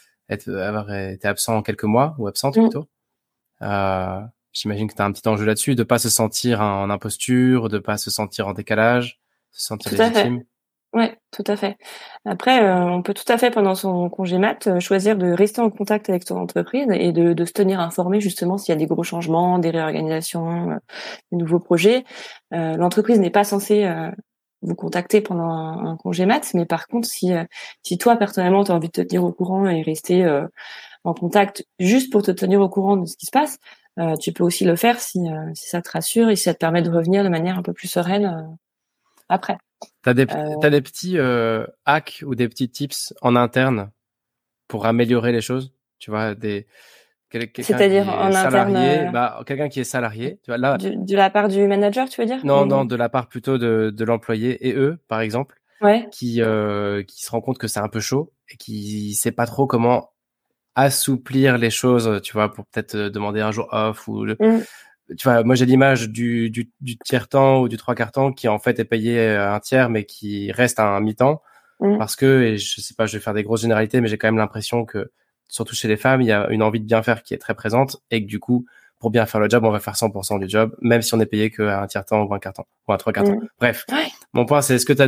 été absent quelques mois ou absente plutôt. J'imagine que tu as un petit enjeu là-dessus, de pas se sentir en imposture, de pas se sentir en décalage, se sentir Tout à fait. légitime. Ouais, tout à fait. Après, on peut tout à fait pendant son congé mat choisir de rester en contact avec son entreprise et de se tenir informé justement s'il y a des gros changements, des réorganisations, des nouveaux projets. L'entreprise n'est pas censée vous contacter pendant un congé mat, mais par contre, si toi personnellement tu as envie de te tenir au courant et rester en contact juste pour te tenir au courant de ce qui se passe, tu peux aussi le faire si ça te rassure et si ça te permet de revenir de manière un peu plus sereine après. T'as des petits hacks ou des petits tips en interne pour améliorer les choses, tu vois, quelqu'un C'est-à-dire qui est en interne, salarié, quelqu'un qui est salarié, tu vois là. de la part du manager, tu veux dire? Non, de la part plutôt de l'employé et eux, par exemple, Ouais. qui se rend compte que c'est un peu chaud et qui sait pas trop comment assouplir les choses, tu vois, pour peut-être demander un jour off ou tu vois, moi j'ai l'image du tiers temps ou du trois quarts temps qui en fait est payé un tiers mais qui reste à un mi-temps parce que, et je sais pas, je vais faire des grosses généralités, mais j'ai quand même l'impression que surtout chez les femmes, il y a une envie de bien faire qui est très présente et que du coup, pour bien faire le job, on va faire 100% du job, même si on est payé qu'à un tiers temps ou un quart temps ou un trois quarts temps. Bref, Ouais. mon point c'est, est-ce que tu as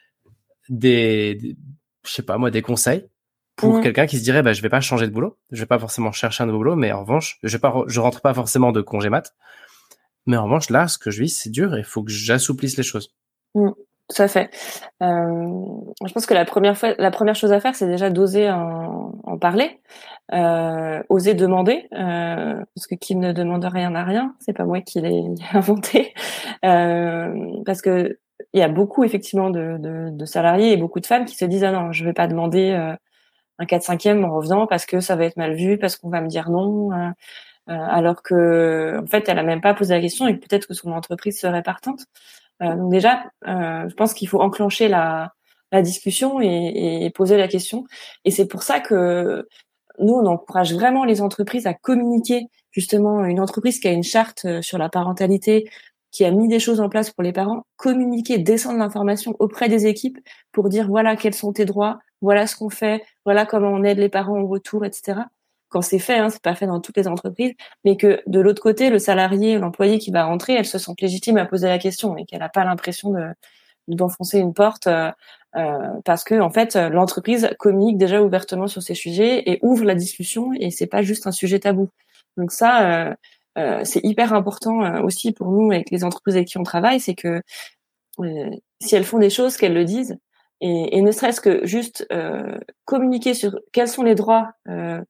je sais pas moi, des conseils pour quelqu'un qui se dirait je vais pas changer de boulot, je vais pas forcément chercher un nouveau boulot, mais en revanche je rentre pas forcément de congé mat, mais en revanche là ce que je vis c'est dur et il faut que j'assouplisse les choses. Tout à fait. Je pense que la première chose à faire, c'est déjà d'oser en parler, oser demander, parce que qui ne demande rien n'a rien. C'est pas moi qui l'ai inventé, parce que il y a beaucoup effectivement de salariés et beaucoup de femmes qui se disent ah non, je vais pas demander un 4/5e en revenant parce que ça va être mal vu, parce qu'on va me dire non, alors que en fait elle a même pas posé la question et peut-être que son entreprise serait partante. Donc déjà, je pense qu'il faut enclencher la discussion et poser la question. Et c'est pour ça que nous, on encourage vraiment les entreprises à communiquer. Justement, une entreprise qui a une charte sur la parentalité, qui a mis des choses en place pour les parents, communiquer, descendre l'information auprès des équipes pour dire voilà quels sont tes droits, voilà ce qu'on fait, voilà comment on aide les parents au retour, etc. Quand c'est fait, hein, c'est pas fait dans toutes les entreprises, mais que de l'autre côté, le salarié, l'employé qui va rentrer, elle se sente légitime à poser la question et qu'elle n'a pas l'impression d'enfoncer une porte parce que en fait l'entreprise communique déjà ouvertement sur ces sujets et ouvre la discussion et c'est pas juste un sujet tabou. Donc ça c'est hyper important aussi pour nous avec les entreprises avec qui on travaille, c'est que si elles font des choses, qu'elles le disent et ne serait-ce que juste communiquer sur quels sont les droits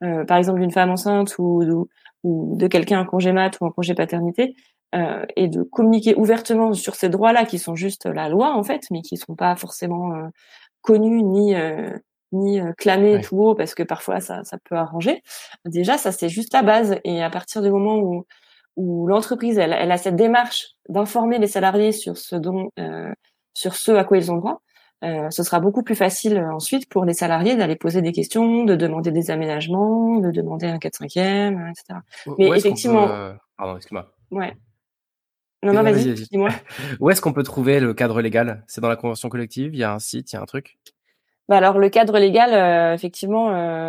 par exemple d'une femme enceinte ou de quelqu'un en congé mat ou en congé paternité, et de communiquer ouvertement sur ces droits-là qui sont juste la loi en fait, mais qui sont pas forcément connus ni clamés Ouais. tout haut parce que parfois ça peut arranger. Déjà ça c'est juste la base et à partir du moment où l'entreprise elle a cette démarche d'informer les salariés sur ce à quoi ils ont droit, ce sera beaucoup plus facile ensuite pour les salariés d'aller poser des questions, de demander des aménagements, de demander un 4/5e, etc. Mais Où est-ce qu'on peut, effectivement, pardon, excuse-moi. ouais. Non, Oui, non, non, vas-y, vas-y, vas-y. dis-moi. Où est-ce qu'on peut trouver le cadre légal? C'est dans la convention collective? Il y a un site, il y a un truc? Bah alors le cadre légal, effectivement.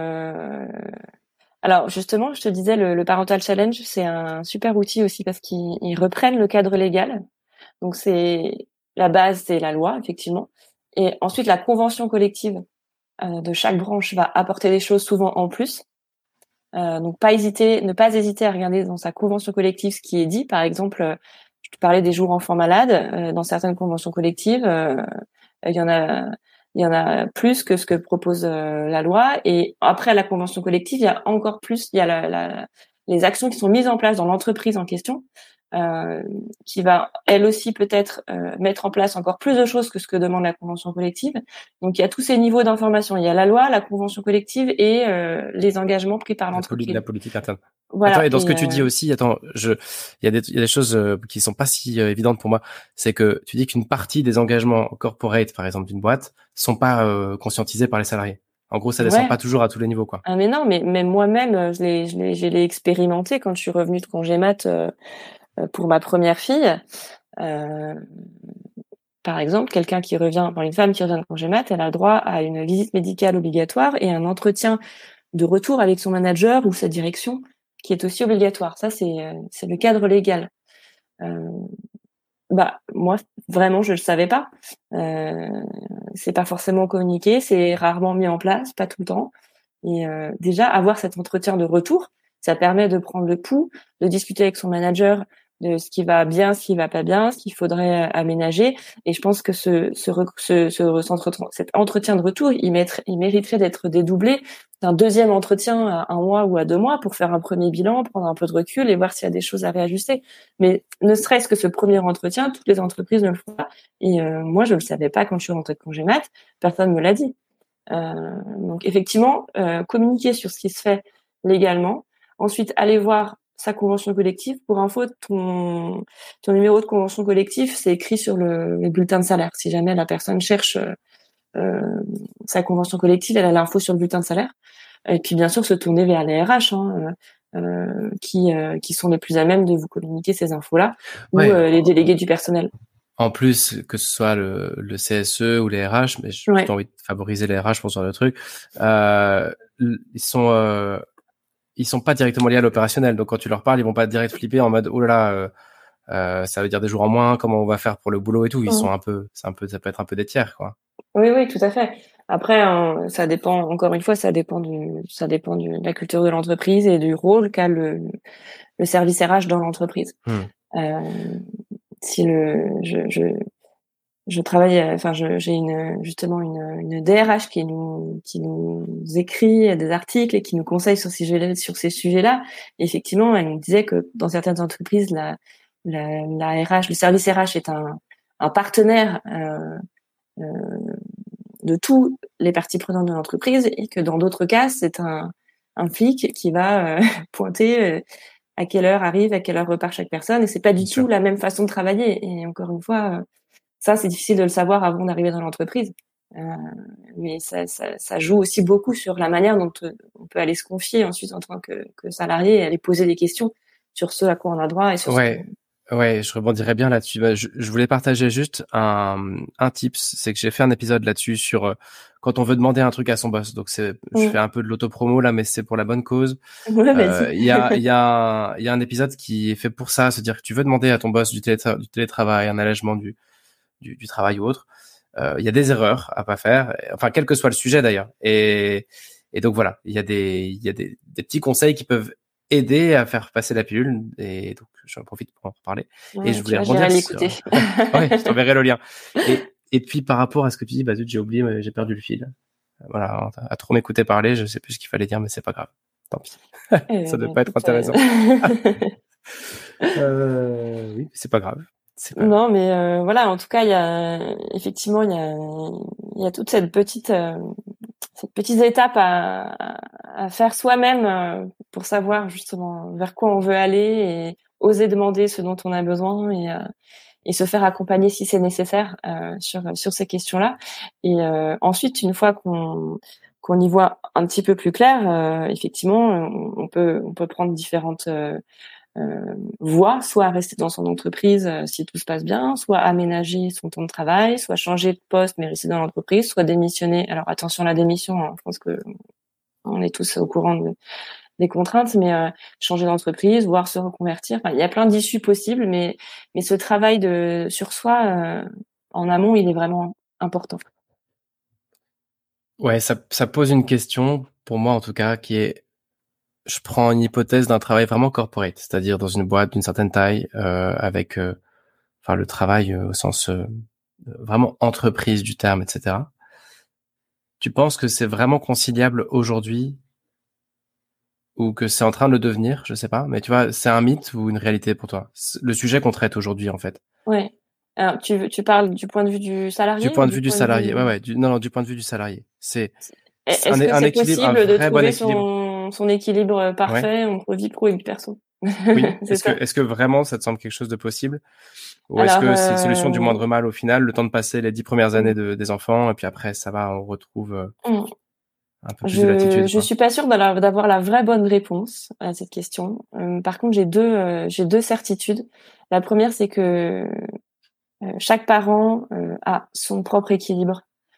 Alors justement, je te disais le Parental Challenge, c'est un super outil aussi parce qu'ils reprennent le cadre légal. Donc c'est la base, c'est la loi effectivement. Et ensuite la convention collective de chaque branche va apporter des choses souvent en plus. Donc ne pas hésiter à regarder dans sa convention collective ce qui est dit. Par exemple, je te parlais des jours enfants malades. Dans certaines conventions collectives, il y en a, il y en a plus que ce que propose la loi. Et après la convention collective, il y a encore plus. Il y a les actions qui sont mises en place dans l'entreprise en question, euh, qui va elle aussi peut-être mettre en place encore plus de choses que ce que demande la convention collective. Donc il y a tous ces niveaux d'information. Il y a la loi, la convention collective et les engagements pris par l'entreprise. La politique interne. Attends, Voilà. et dans ce que tu dis aussi, attends, il y a des choses qui sont pas si évidentes pour moi. C'est que tu dis qu'une partie des engagements corporate, par exemple d'une boîte, sont pas conscientisés par les salariés. En gros, ça descend Ouais. pas toujours à tous les niveaux, quoi. Ah mais non, mais même moi-même, je l'ai expérimenté quand je suis revenue de congé mat pour ma première fille. Euh, Par exemple, une femme qui revient de congé mat, elle a le droit à une visite médicale obligatoire et un entretien de retour avec son manager ou sa direction qui est aussi obligatoire. Ça, c'est le cadre légal. Euh, Bah moi vraiment je le savais pas. Euh, c'est pas forcément communiqué, c'est rarement mis en place, pas tout le temps. Et déjà avoir cet entretien de retour, ça permet de prendre le pouls, de discuter avec son manager de ce qui va bien, ce qui va pas bien, ce qu'il faudrait aménager. Et je pense que cet entretien de retour, il mériterait d'être dédoublé d'un deuxième entretien à 1 mois ou à 2 mois pour faire un premier bilan, prendre un peu de recul et voir s'il y a des choses à réajuster. Mais ne serait-ce que ce premier entretien, toutes les entreprises ne le font pas. Et moi, je le savais pas quand je suis rentrée de congé mat, personne me l'a dit. Donc effectivement, communiquer sur ce qui se fait légalement. Ensuite, aller voir sa convention collective. Pour info, ton numéro de convention collective, c'est écrit sur le bulletin de salaire. Si jamais la personne cherche euh, sa convention collective, elle a l'info sur le bulletin de salaire. Et puis bien sûr, se tourner vers les RH, qui sont les plus à même de vous communiquer ces infos-là, ou Ouais. les délégués du personnel. En plus, que ce soit le CSE ou les RH, mais j'ai Ouais. plutôt envie de favoriser les RH pour ce genre de truc, ils sont pas directement liés à l'opérationnel. Donc quand tu leur parles, ils vont pas direct flipper en mode oh là là, ça veut dire des jours en moins, comment on va faire pour le boulot et tout. Ils sont ça peut être un peu des tiers, quoi. Oui, oui, tout à fait. Après, ça dépend, encore une fois, de la culture de l'entreprise et du rôle qu'a le service RH dans l'entreprise. Hmm. Euh, si je travaille, j'ai justement une DRH qui nous écrit des articles et qui nous conseille sur ces sujets-là. Et effectivement, elle nous disait que dans certaines entreprises, la RH, le service RH est un partenaire, euh, de tous les parties prenantes de l'entreprise et que dans d'autres cas, c'est un flic qui va pointer à quelle heure repart chaque personne et c'est pas du Bien sûr. tout la même façon de travailler. Et encore une fois, ça, c'est difficile de le savoir avant d'arriver dans l'entreprise. Euh, mais ça joue aussi beaucoup sur la manière dont on peut aller se confier ensuite en tant que salarié et aller poser des questions sur ce à quoi on a droit et sur ce Ouais, ouais, je rebondirais bien là-dessus. Bah, je voulais partager juste un tips, c'est que j'ai fait un épisode là-dessus sur quand on veut demander un truc à son boss. Donc je fais un peu de l'autopromo là, mais c'est pour la bonne cause. Ouais, vas-y. Il y a un épisode qui est fait pour ça, c'est-à-dire que tu veux demander à ton boss du télétravail, un allègement du travail ou autre. Il y a des erreurs à pas faire, enfin quel que soit le sujet d'ailleurs. Et donc voilà, il y a des petits conseils qui peuvent aider à faire passer la pilule. Et donc j'en profite pour en reparler. Et Ouais, je tu voulais vois, j'irai rebondir l'écouter. sur. Ouais, je t'enverrai le lien. Et puis par rapport à ce que tu dis, bah zut, j'ai oublié, j'ai perdu le fil. Voilà, à trop m'écouter parler, je sais plus ce qu'il fallait dire, mais c'est pas grave. Tant pis. Ça devait pas être Écoute, intéressant. Oui, c'est pas grave. C'est pas grave. non, mais voilà, en tout cas, il y a effectivement, il y a toute cette petite étape à faire soi-même pour savoir justement vers quoi on veut aller et oser demander ce dont on a besoin et se faire accompagner si c'est nécessaire sur ces questions-là. Et ensuite, une fois qu'on y voit un petit peu plus clair, effectivement, on peut prendre différentes voie, soit rester dans son entreprise si tout se passe bien, soit aménager son temps de travail, soit changer de poste mais rester dans l'entreprise, soit démissionner. Alors attention à la démission, hein, je pense que on est tous au courant des contraintes, mais changer d'entreprise, voire se reconvertir. Enfin, il y a plein d'issues possibles, mais ce travail sur soi en amont, il est vraiment important. Ouais, ça pose une question, pour moi en tout cas, qui est, je prends une hypothèse d'un travail vraiment corporate, c'est-à-dire dans une boîte d'une certaine taille, avec, enfin le travail au sens vraiment entreprise du terme, etc. Tu penses que c'est vraiment conciliable aujourd'hui ou que c'est en train de le devenir? Je sais pas, mais tu vois, c'est un mythe ou une réalité pour toi? Le sujet qu'on traite aujourd'hui, en fait. Ouais. Alors, tu parles du point de vue du Du salarié ou point de du vue du point de salarié. Ouais, vue... ouais. Non, du point de vue du salarié. C'est Est-ce que un c'est équilibre, un possible de vrai bon trouver équilibre. son équilibre Ouais. parfait entre vie pro et vie perso? Oui. C'est ça? Est-ce que vraiment ça te semble quelque chose de possible? Ou est-ce Alors, que c'est une solution du moindre mal au final, le temps de passer les 10 premières années mm, des enfants, et puis après, ça va, on retrouve mm. un peu plus de latitude, Je quoi. suis pas sûre d'avoir la vraie bonne réponse à cette question. Par contre, j'ai deux certitudes. La première, c'est que chaque parent a son propre équilibre,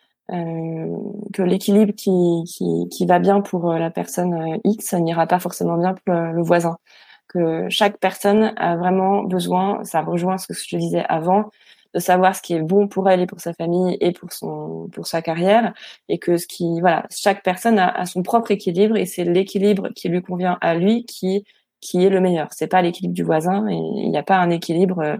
que l'équilibre qui va bien pour la personne X n'ira pas forcément bien pour le voisin. Que chaque personne a vraiment besoin, ça rejoint ce que je te disais avant, de savoir ce qui est bon pour elle et pour sa famille et pour sa carrière, et que voilà, chaque personne a son propre équilibre et c'est l'équilibre qui lui convient à lui qui est le meilleur. C'est pas l'équilibre du voisin et il n'y a pas un équilibre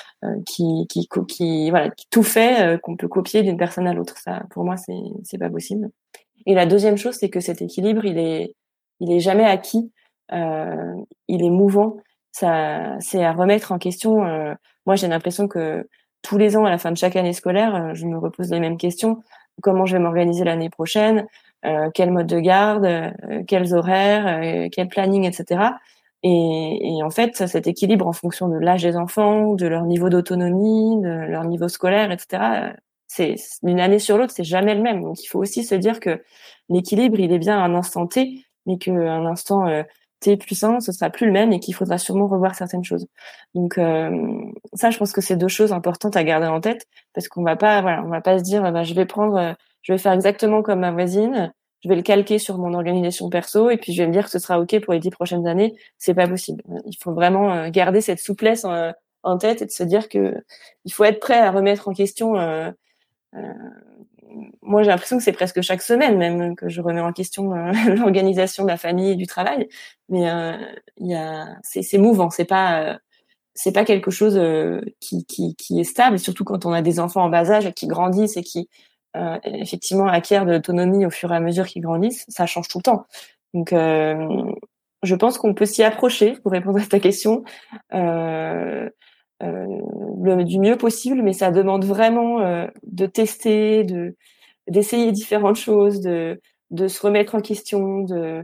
voilà, qui tout fait qu'on peut copier d'une personne à l'autre. Ça, pour moi, c'est pas possible. Et la deuxième chose, c'est que cet équilibre, il est jamais acquis. Euh, il est mouvant. Ça, c'est à remettre en question. Moi, j'ai l'impression que tous les ans, à la fin de chaque année scolaire, je me repose les mêmes questions. Comment je vais m'organiser l'année prochaine? Quel mode de garde? Quels horaires? Quel planning, etc. Et en fait, cet équilibre en fonction de l'âge des enfants, de leur niveau d'autonomie, de leur niveau scolaire, etc. C'est d'une année sur l'autre, c'est jamais le même. Donc, il faut aussi se dire que l'équilibre, il est bien à un instant T, mais qu'un instant T plus 1, ce sera plus le même et qu'il faudra sûrement revoir certaines choses. Donc, ça, je pense que c'est deux choses importantes à garder en tête parce qu'on va pas, voilà, on va pas se dire, bah, je vais faire exactement comme ma voisine, je vais le calquer sur mon organisation perso et puis je vais me dire que ce sera OK pour les 10 prochaines années. C'est pas possible. Il faut vraiment garder cette souplesse en tête et de se dire que il faut être prêt à remettre en question. Euh, Moi, j'ai l'impression que c'est presque chaque semaine même que je remets en question l'organisation de la famille et du travail. Mais c'est mouvant. C'est pas quelque chose qui est stable. Surtout quand on a des enfants en bas âge qui grandissent et qui effectivement acquièrent de l'autonomie au fur et à mesure qu'ils grandissent. Ça change tout le temps. Donc, je pense qu'on peut s'y approcher pour répondre à ta question. Euh, du mieux possible, mais ça demande vraiment de tester, d'essayer différentes choses, de se remettre en question,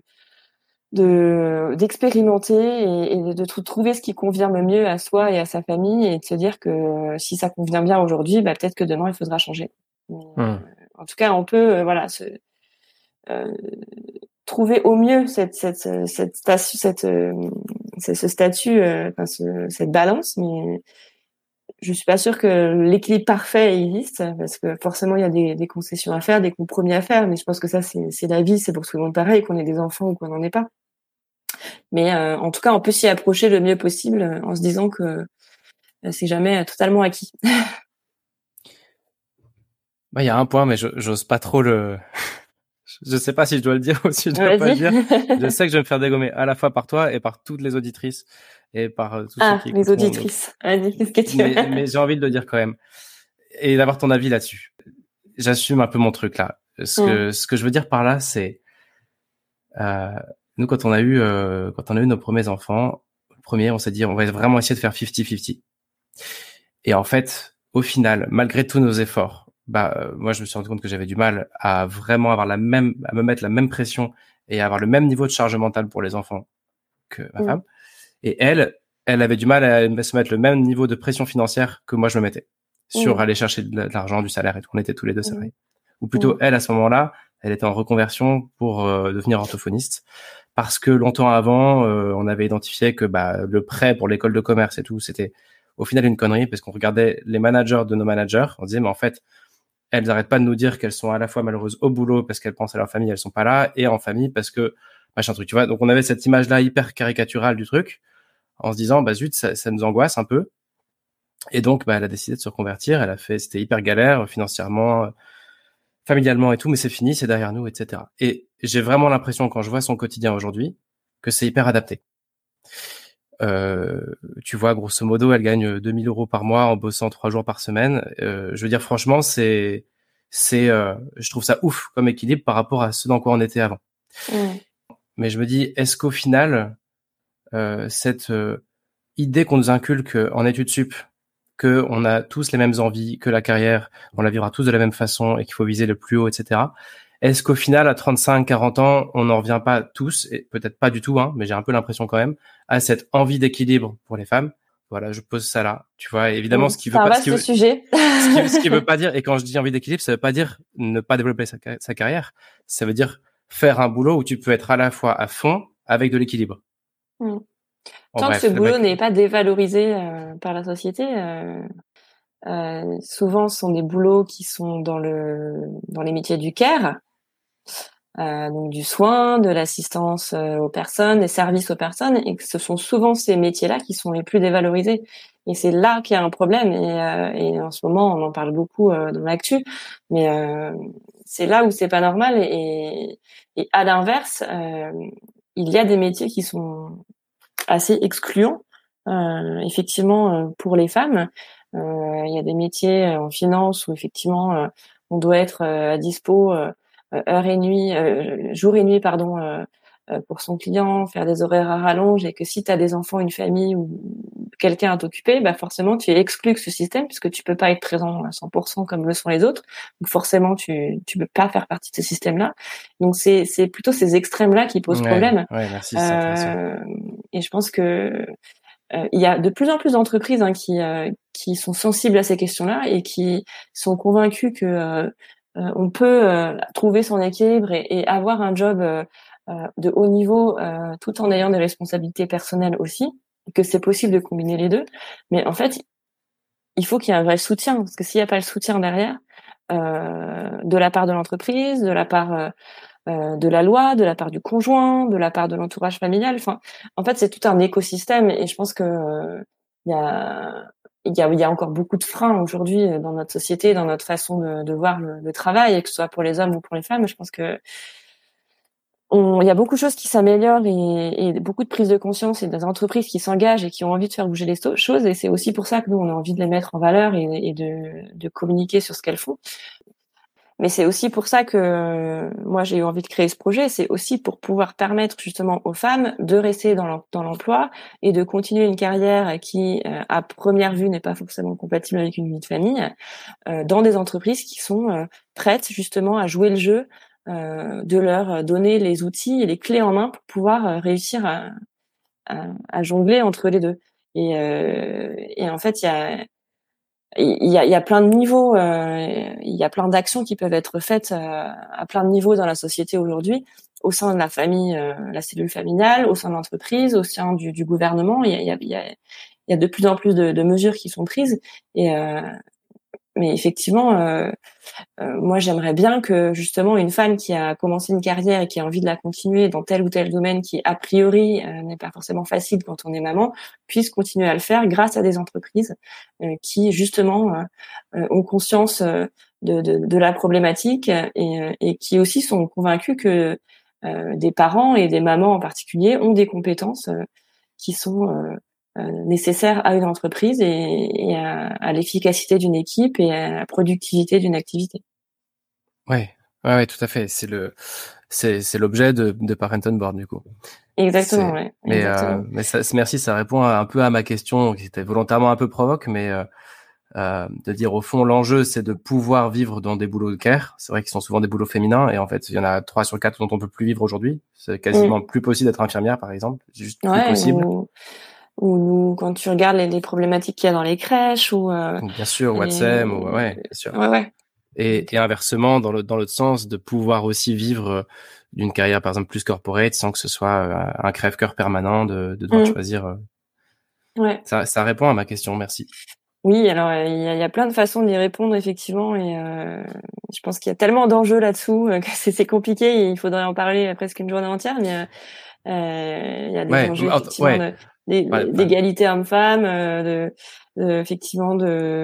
d'expérimenter et de trouver ce qui convient le mieux à soi et à sa famille et de se dire que si ça convient bien aujourd'hui, bah peut-être que demain il faudra changer. Mais, Hum. en tout cas, on peut voilà euh, trouver au mieux ce statut, cette balance, mais je suis pas sûre que l'équilibre parfait existe parce que forcément il y a des concessions à faire, des compromis à faire. Mais je pense que ça c'est la vie, c'est pour tout le monde pareil, qu'on ait des enfants ou qu'on n'en ait pas. Mais en tout cas, on peut s'y approcher le mieux possible en se disant que c'est jamais totalement acquis. Bah, il y a un point, mais j'ose pas trop je sais pas si je dois le dire ou si je dois pas le Vas-y. dire. Je sais que je vais me faire dégommer à la fois par toi et par toutes les auditrices et par tous ceux Ah, qui les écouteront. Donc, auditrices. Vas-y, qu'est-ce que tu mais veux? j'ai envie de le dire quand même et d'avoir ton avis là-dessus. J'assume un peu mon truc là. Hum, Ce que je veux dire par là, c'est Nous, quand on a eu nos premiers enfants, on s'est dit, on va vraiment essayer de faire 50-50. Et en fait, au final, malgré tous nos efforts, moi, je me suis rendu compte que j'avais du mal à vraiment à me mettre la même pression et à avoir le même niveau de charge mentale pour les enfants que ma femme. Et elle avait du mal à se mettre le même niveau de pression financière que moi je me mettais sur aller chercher de l'argent, du salaire et tout. On était tous les deux salariés. Ou plutôt, elle, à ce moment-là, elle était en reconversion pour devenir orthophoniste. Parce que longtemps avant, on avait identifié que le prêt pour l'école de commerce et tout, c'était au final une connerie, parce qu'on regardait les managers de nos managers, on disait, mais en fait, elles n'arrêtent pas de nous dire qu'elles sont à la fois malheureuses au boulot parce qu'elles pensent à leur famille, elles sont pas là, et en famille parce que machin truc, tu vois. Donc on avait cette image-là hyper caricaturale du truc, en se disant, zut, ça nous angoisse un peu. Et donc, elle a décidé de se reconvertir. C'était hyper galère financièrement, familialement et tout, mais c'est fini, c'est derrière nous, etc. Et j'ai vraiment l'impression, quand je vois son quotidien aujourd'hui, que c'est hyper adapté. Tu vois, grosso modo, elle gagne 2000 € par mois en bossant 3 jours par semaine. Je veux dire, franchement, je trouve ça ouf comme équilibre par rapport à ce dans quoi on était avant. Mais je me dis, est-ce qu'au final, cette idée qu'on nous inculque en études sup, que on a tous les mêmes envies, que la carrière, on la vivra tous de la même façon et qu'il faut viser le plus haut, etc. Est-ce qu'au final, à 35, 40 ans, on n'en revient pas tous, et peut-être pas du tout, mais j'ai un peu l'impression quand même, à cette envie d'équilibre pour les femmes? Voilà, je pose ça là. Tu vois, évidemment, ce qui veut pas, sujet. ce qui veut pas dire, et quand je dis envie d'équilibre, ça veut pas dire ne pas développer sa carrière. Ça veut dire faire un boulot où tu peux être à la fois à fond avec de l'équilibre. Tant que ce boulot n'est pas dévalorisé par la société, souvent ce sont des boulots qui sont dans les métiers du care, donc du soin, de l'assistance aux personnes, des services aux personnes, et que ce sont souvent ces métiers-là qui sont les plus dévalorisés. Et c'est là qu'il y a un problème. Et en ce moment, on en parle beaucoup dans l'actu, mais c'est là où c'est pas normal. Et à l'inverse, il y a des métiers qui sont assez excluant, effectivement, pour les femmes. Il y a des métiers en finance où effectivement on doit être à dispo heure et nuit, jour et nuit, pardon, pour son client, faire des horaires à rallonge, et que si tu as des enfants, une famille ou quelqu'un à t'occuper, forcément tu es exclu de ce système puisque tu peux pas être présent à 100% comme le sont les autres. Donc forcément tu peux pas faire partie de ce système-là. Donc c'est plutôt ces extrêmes-là qui posent problème. Ouais, merci, c'est intéressant. Et je pense que il y a de plus en plus d'entreprises qui sont sensibles à ces questions-là et qui sont convaincues que on peut trouver son équilibre et avoir un job de haut niveau tout en ayant des responsabilités personnelles aussi, que c'est possible de combiner les deux. Mais en fait, il faut qu'il y ait un vrai soutien, parce que s'il n'y a pas le soutien derrière, de la part de l'entreprise, de la part de la loi, de la part du conjoint, de la part de l'entourage familial. Enfin, en fait, c'est tout un écosystème, et je pense que il y a encore beaucoup de freins aujourd'hui dans notre société, dans notre façon de voir le travail, que ce soit pour les hommes ou pour les femmes. Je pense que il y a beaucoup de choses qui s'améliorent et beaucoup de prise de conscience et des entreprises qui s'engagent et qui ont envie de faire bouger les choses. Et c'est aussi pour ça que nous, on a envie de les mettre en valeur et de communiquer sur ce qu'elles font. Mais c'est aussi pour ça que moi j'ai eu envie de créer ce projet. C'est aussi pour pouvoir permettre justement aux femmes de rester dans l'emploi et de continuer une carrière qui, à première vue, n'est pas forcément compatible avec une vie de famille, dans des entreprises qui sont prêtes justement à jouer le jeu, de leur donner les outils et les clés en main pour pouvoir réussir à jongler entre les deux. Et en fait, il y a plein de niveaux, il y a plein d'actions qui peuvent être faites à plein de niveaux dans la société aujourd'hui, au sein de la famille, la cellule familiale, au sein de l'entreprise, au sein du gouvernement. Il y a de plus en plus de mesures qui sont prises. Mais effectivement, moi j'aimerais bien que justement une femme qui a commencé une carrière et qui a envie de la continuer dans tel ou tel domaine qui a priori n'est pas forcément facile quand on est maman, puisse continuer à le faire grâce à des entreprises qui justement ont conscience de la problématique et qui aussi sont convaincus que des parents et des mamans en particulier ont des compétences qui sont nécessaires à une entreprise et à l'efficacité d'une équipe et à la productivité d'une activité. Ouais, tout à fait. c'est l'objet de Parent on Board du coup. Exactement, ouais. Exactement. Mais merci, ça répond un peu à ma question qui était volontairement un peu provoque, mais de dire au fond l'enjeu c'est de pouvoir vivre dans des boulots de care. C'est vrai qu'ils sont souvent des boulots féminins et en fait il y en a 3 sur 4 dont on peut plus vivre aujourd'hui. C'est quasiment plus possible d'être infirmière par exemple, c'est juste plus possible. Ou quand tu regardes les problématiques qu'il y a dans les crèches ou bien sûr Watson ou ouais bien sûr. Ouais. Et inversement dans l'autre sens de pouvoir aussi vivre d'une carrière par exemple plus corporate sans que ce soit un crève-cœur permanent de devoir choisir. Ouais. Ça répond à ma question, merci. Oui, alors il y a plein de façons d'y répondre effectivement et je pense qu'il y a tellement d'enjeux là-dessous que c'est compliqué et il faudrait en parler presque une journée entière, mais il y a des enjeux effectivement d'égalité homme-femme, effectivement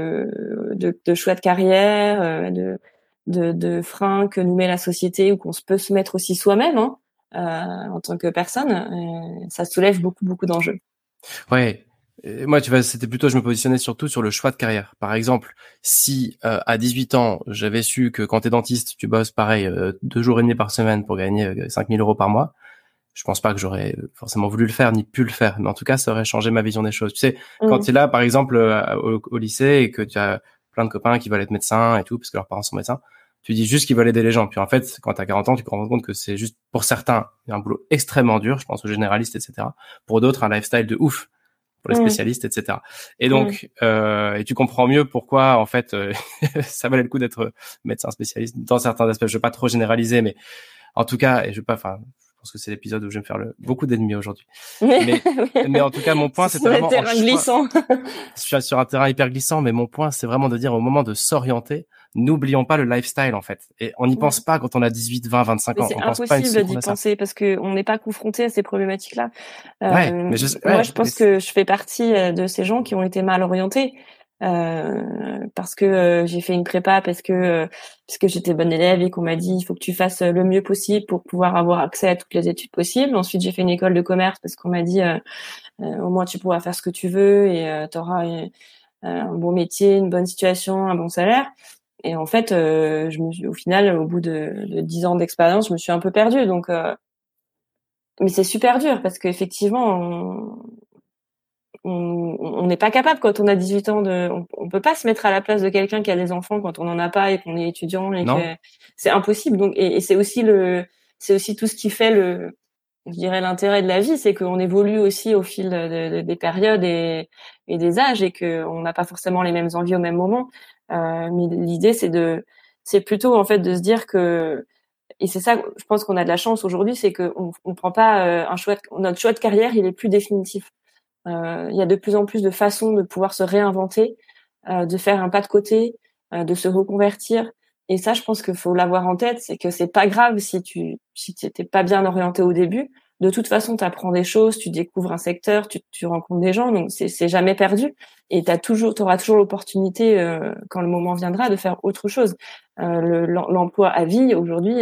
de choix de carrière, de freins que nous met la société ou qu'on peut se mettre aussi soi-même en tant que personne. Ça soulève beaucoup d'enjeux. Ouais. Et moi, tu vois, c'était plutôt, je me positionnais surtout sur le choix de carrière. Par exemple, si à 18 ans, j'avais su que quand t'es dentiste, tu bosses pareil 2 jours et demi par semaine pour gagner 5 000 euros par mois, je pense pas que j'aurais forcément voulu le faire ni pu le faire. Mais en tout cas, ça aurait changé ma vision des choses. Tu sais, quand tu es là, par exemple, au lycée et que tu as plein de copains qui veulent être médecins et tout, parce que leurs parents sont médecins, tu dis juste qu'ils veulent aider les gens. Puis en fait, quand tu as 40 ans, tu te rends compte que c'est juste, pour certains, un boulot extrêmement dur, je pense aux généralistes, etc. Pour d'autres, un lifestyle de ouf, pour les spécialistes, etc. Et donc, et tu comprends mieux pourquoi, en fait, ça valait le coup d'être médecin spécialiste dans certains aspects. Je veux pas trop généraliser, mais en tout cas, et je veux pas, enfin, je pense que c'est l'épisode où je vais me faire beaucoup d'ennemis aujourd'hui. Mais en tout cas, mon point, c'était vraiment terrain glissant. Je suis sur un terrain hyper glissant, mais mon point, c'est vraiment de dire au moment de s'orienter, n'oublions pas le lifestyle, en fait. Et on n'y pense pas quand on a 18, 20, 25 ans. C'est on pense pas impossible d'y penser parce que on n'est pas confronté à ces problématiques-là. Mais moi, je pense que je fais partie de ces gens qui ont été mal orientés. Parce que j'ai fait une prépa parce que j'étais bonne élève et qu'on m'a dit il faut que tu fasses le mieux possible pour pouvoir avoir accès à toutes les études possibles. Ensuite, j'ai fait une école de commerce parce qu'on m'a dit au moins tu pourras faire ce que tu veux et tu auras un bon métier, une bonne situation, un bon salaire. Et en fait, au final, au bout de 10 ans d'expérience, je me suis un peu perdue. Donc, mais c'est super dur parce qu'effectivement, on n'est pas capable quand on a 18 ans on peut pas se mettre à la place de quelqu'un qui a des enfants quand on n'en a pas et qu'on est étudiant et que c'est impossible. Donc, et c'est aussi tout ce qui fait je dirais l'intérêt de la vie, c'est qu'on évolue aussi au fil des périodes et des âges et que on n'a pas forcément les mêmes envies au même moment. Mais l'idée, c'est plutôt en fait de se dire que, et c'est ça, je pense qu'on a de la chance aujourd'hui, c'est que on prend pas notre choix de carrière, il est plus définitif. Il y a de plus en plus de façons de pouvoir se réinventer, de faire un pas de côté, de se reconvertir. Et ça, je pense qu'il faut l'avoir en tête, c'est que c'est pas grave si t'étais pas bien orienté au début. De toute façon, tu apprends des choses, tu découvres un secteur, tu rencontres des gens, donc c'est jamais perdu. Et t'auras toujours l'opportunité, quand le moment viendra, de faire autre chose. L'emploi à vie aujourd'hui,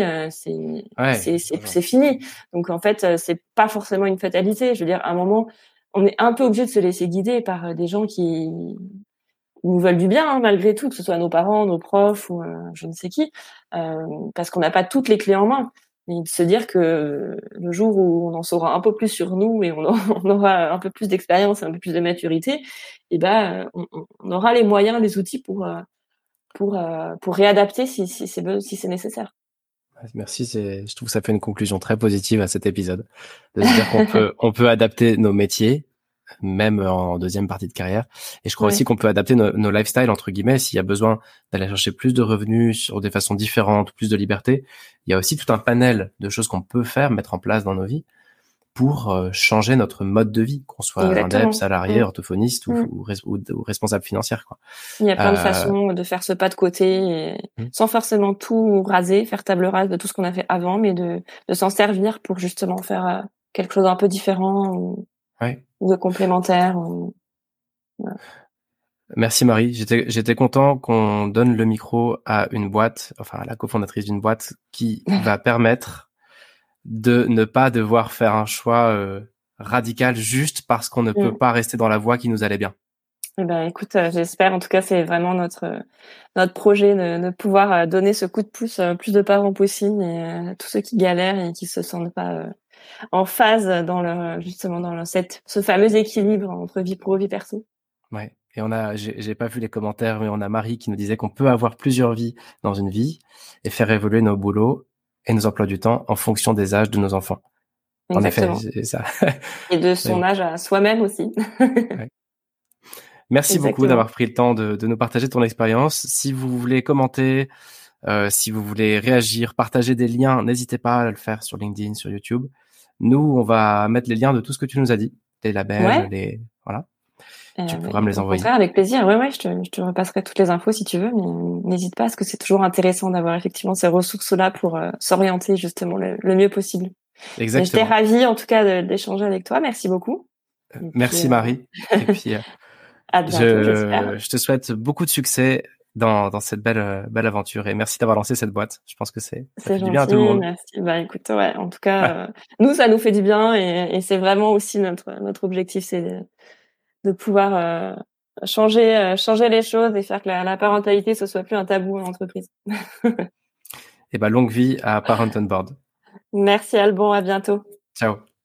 c'est fini. Donc en fait, c'est pas forcément une fatalité. Je veux dire, à un moment, on est un peu obligé de se laisser guider par des gens qui nous veulent du bien, malgré tout, que ce soit nos parents, nos profs ou je ne sais qui, parce qu'on n'a pas toutes les clés en main. Et de se dire que le jour où on en saura un peu plus sur nous et on aura un peu plus d'expérience, un peu plus de maturité, et on aura les moyens, les outils pour réadapter si c'est nécessaire. Merci, je trouve que ça fait une conclusion très positive à cet épisode, de se dire on peut adapter nos métiers, même en deuxième partie de carrière. Et je crois aussi qu'on peut adapter nos lifestyles, entre guillemets, s'il y a besoin d'aller chercher plus de revenus sur des façons différentes, plus de liberté. Il y a aussi tout un panel de choses qu'on peut faire, mettre en place dans nos vies pour changer notre mode de vie, qu'on soit indep, salarié, orthophoniste ou responsable financière, quoi. Il y a plein de façons de faire ce pas de côté sans forcément tout raser, faire table rase de tout ce qu'on a fait avant, mais de s'en servir pour justement faire quelque chose d'un peu différent ou de complémentaire. Voilà. Merci Marie, j'étais content qu'on donne le micro à une boîte, enfin à la cofondatrice d'une boîte qui va permettre de ne pas devoir faire un choix radical juste parce qu'on ne peut pas rester dans la voie qui nous allait bien. Eh ben, écoute, j'espère. En tout cas, c'est vraiment notre projet de pouvoir donner ce coup de pouce plus de parents possible et tous ceux qui galèrent et qui se sentent pas en phase dans leur justement dans leur, ce fameux équilibre entre vie pro vie perso. Ouais. Et j'ai pas vu les commentaires, mais on a Marie qui nous disait qu'on peut avoir plusieurs vies dans une vie et faire évoluer nos boulots et nos emplois du temps en fonction des âges de nos enfants. En effet, Exactement. c'est ça. Et de son âge à soi-même aussi. Ouais. Merci beaucoup Exactement. d'avoir pris le temps de nous partager ton expérience. Si vous voulez commenter, si vous voulez réagir, partager des liens, n'hésitez pas à le faire sur LinkedIn, sur YouTube. Nous, on va mettre les liens de tout ce que tu nous as dit, les labels, Ouais. voilà. Tu pourras me Et les au envoyer. contraire, avec plaisir. Ouais, je te repasserai toutes les infos si tu veux, mais n'hésite pas, parce que c'est toujours intéressant d'avoir effectivement ces ressources-là pour s'orienter justement le mieux possible. Mais j'étais Exactement. ravie en tout cas d'échanger avec toi. Merci beaucoup. Et puis Merci Marie. Et puis, à bientôt, j'espère. je te souhaite beaucoup de succès dans cette belle aventure et merci d'avoir lancé cette boîte. Je pense que ça C'est fait du bien à gentil, tout le monde. merci. Bah écoute, ouais, en tout cas, nous ça nous fait du bien et c'est vraiment aussi notre objectif, c'est de pouvoir changer les choses et faire que la parentalité ce soit plus un tabou en entreprise. Et ben longue vie à Parent on Board. Merci Alban, à bientôt. Ciao.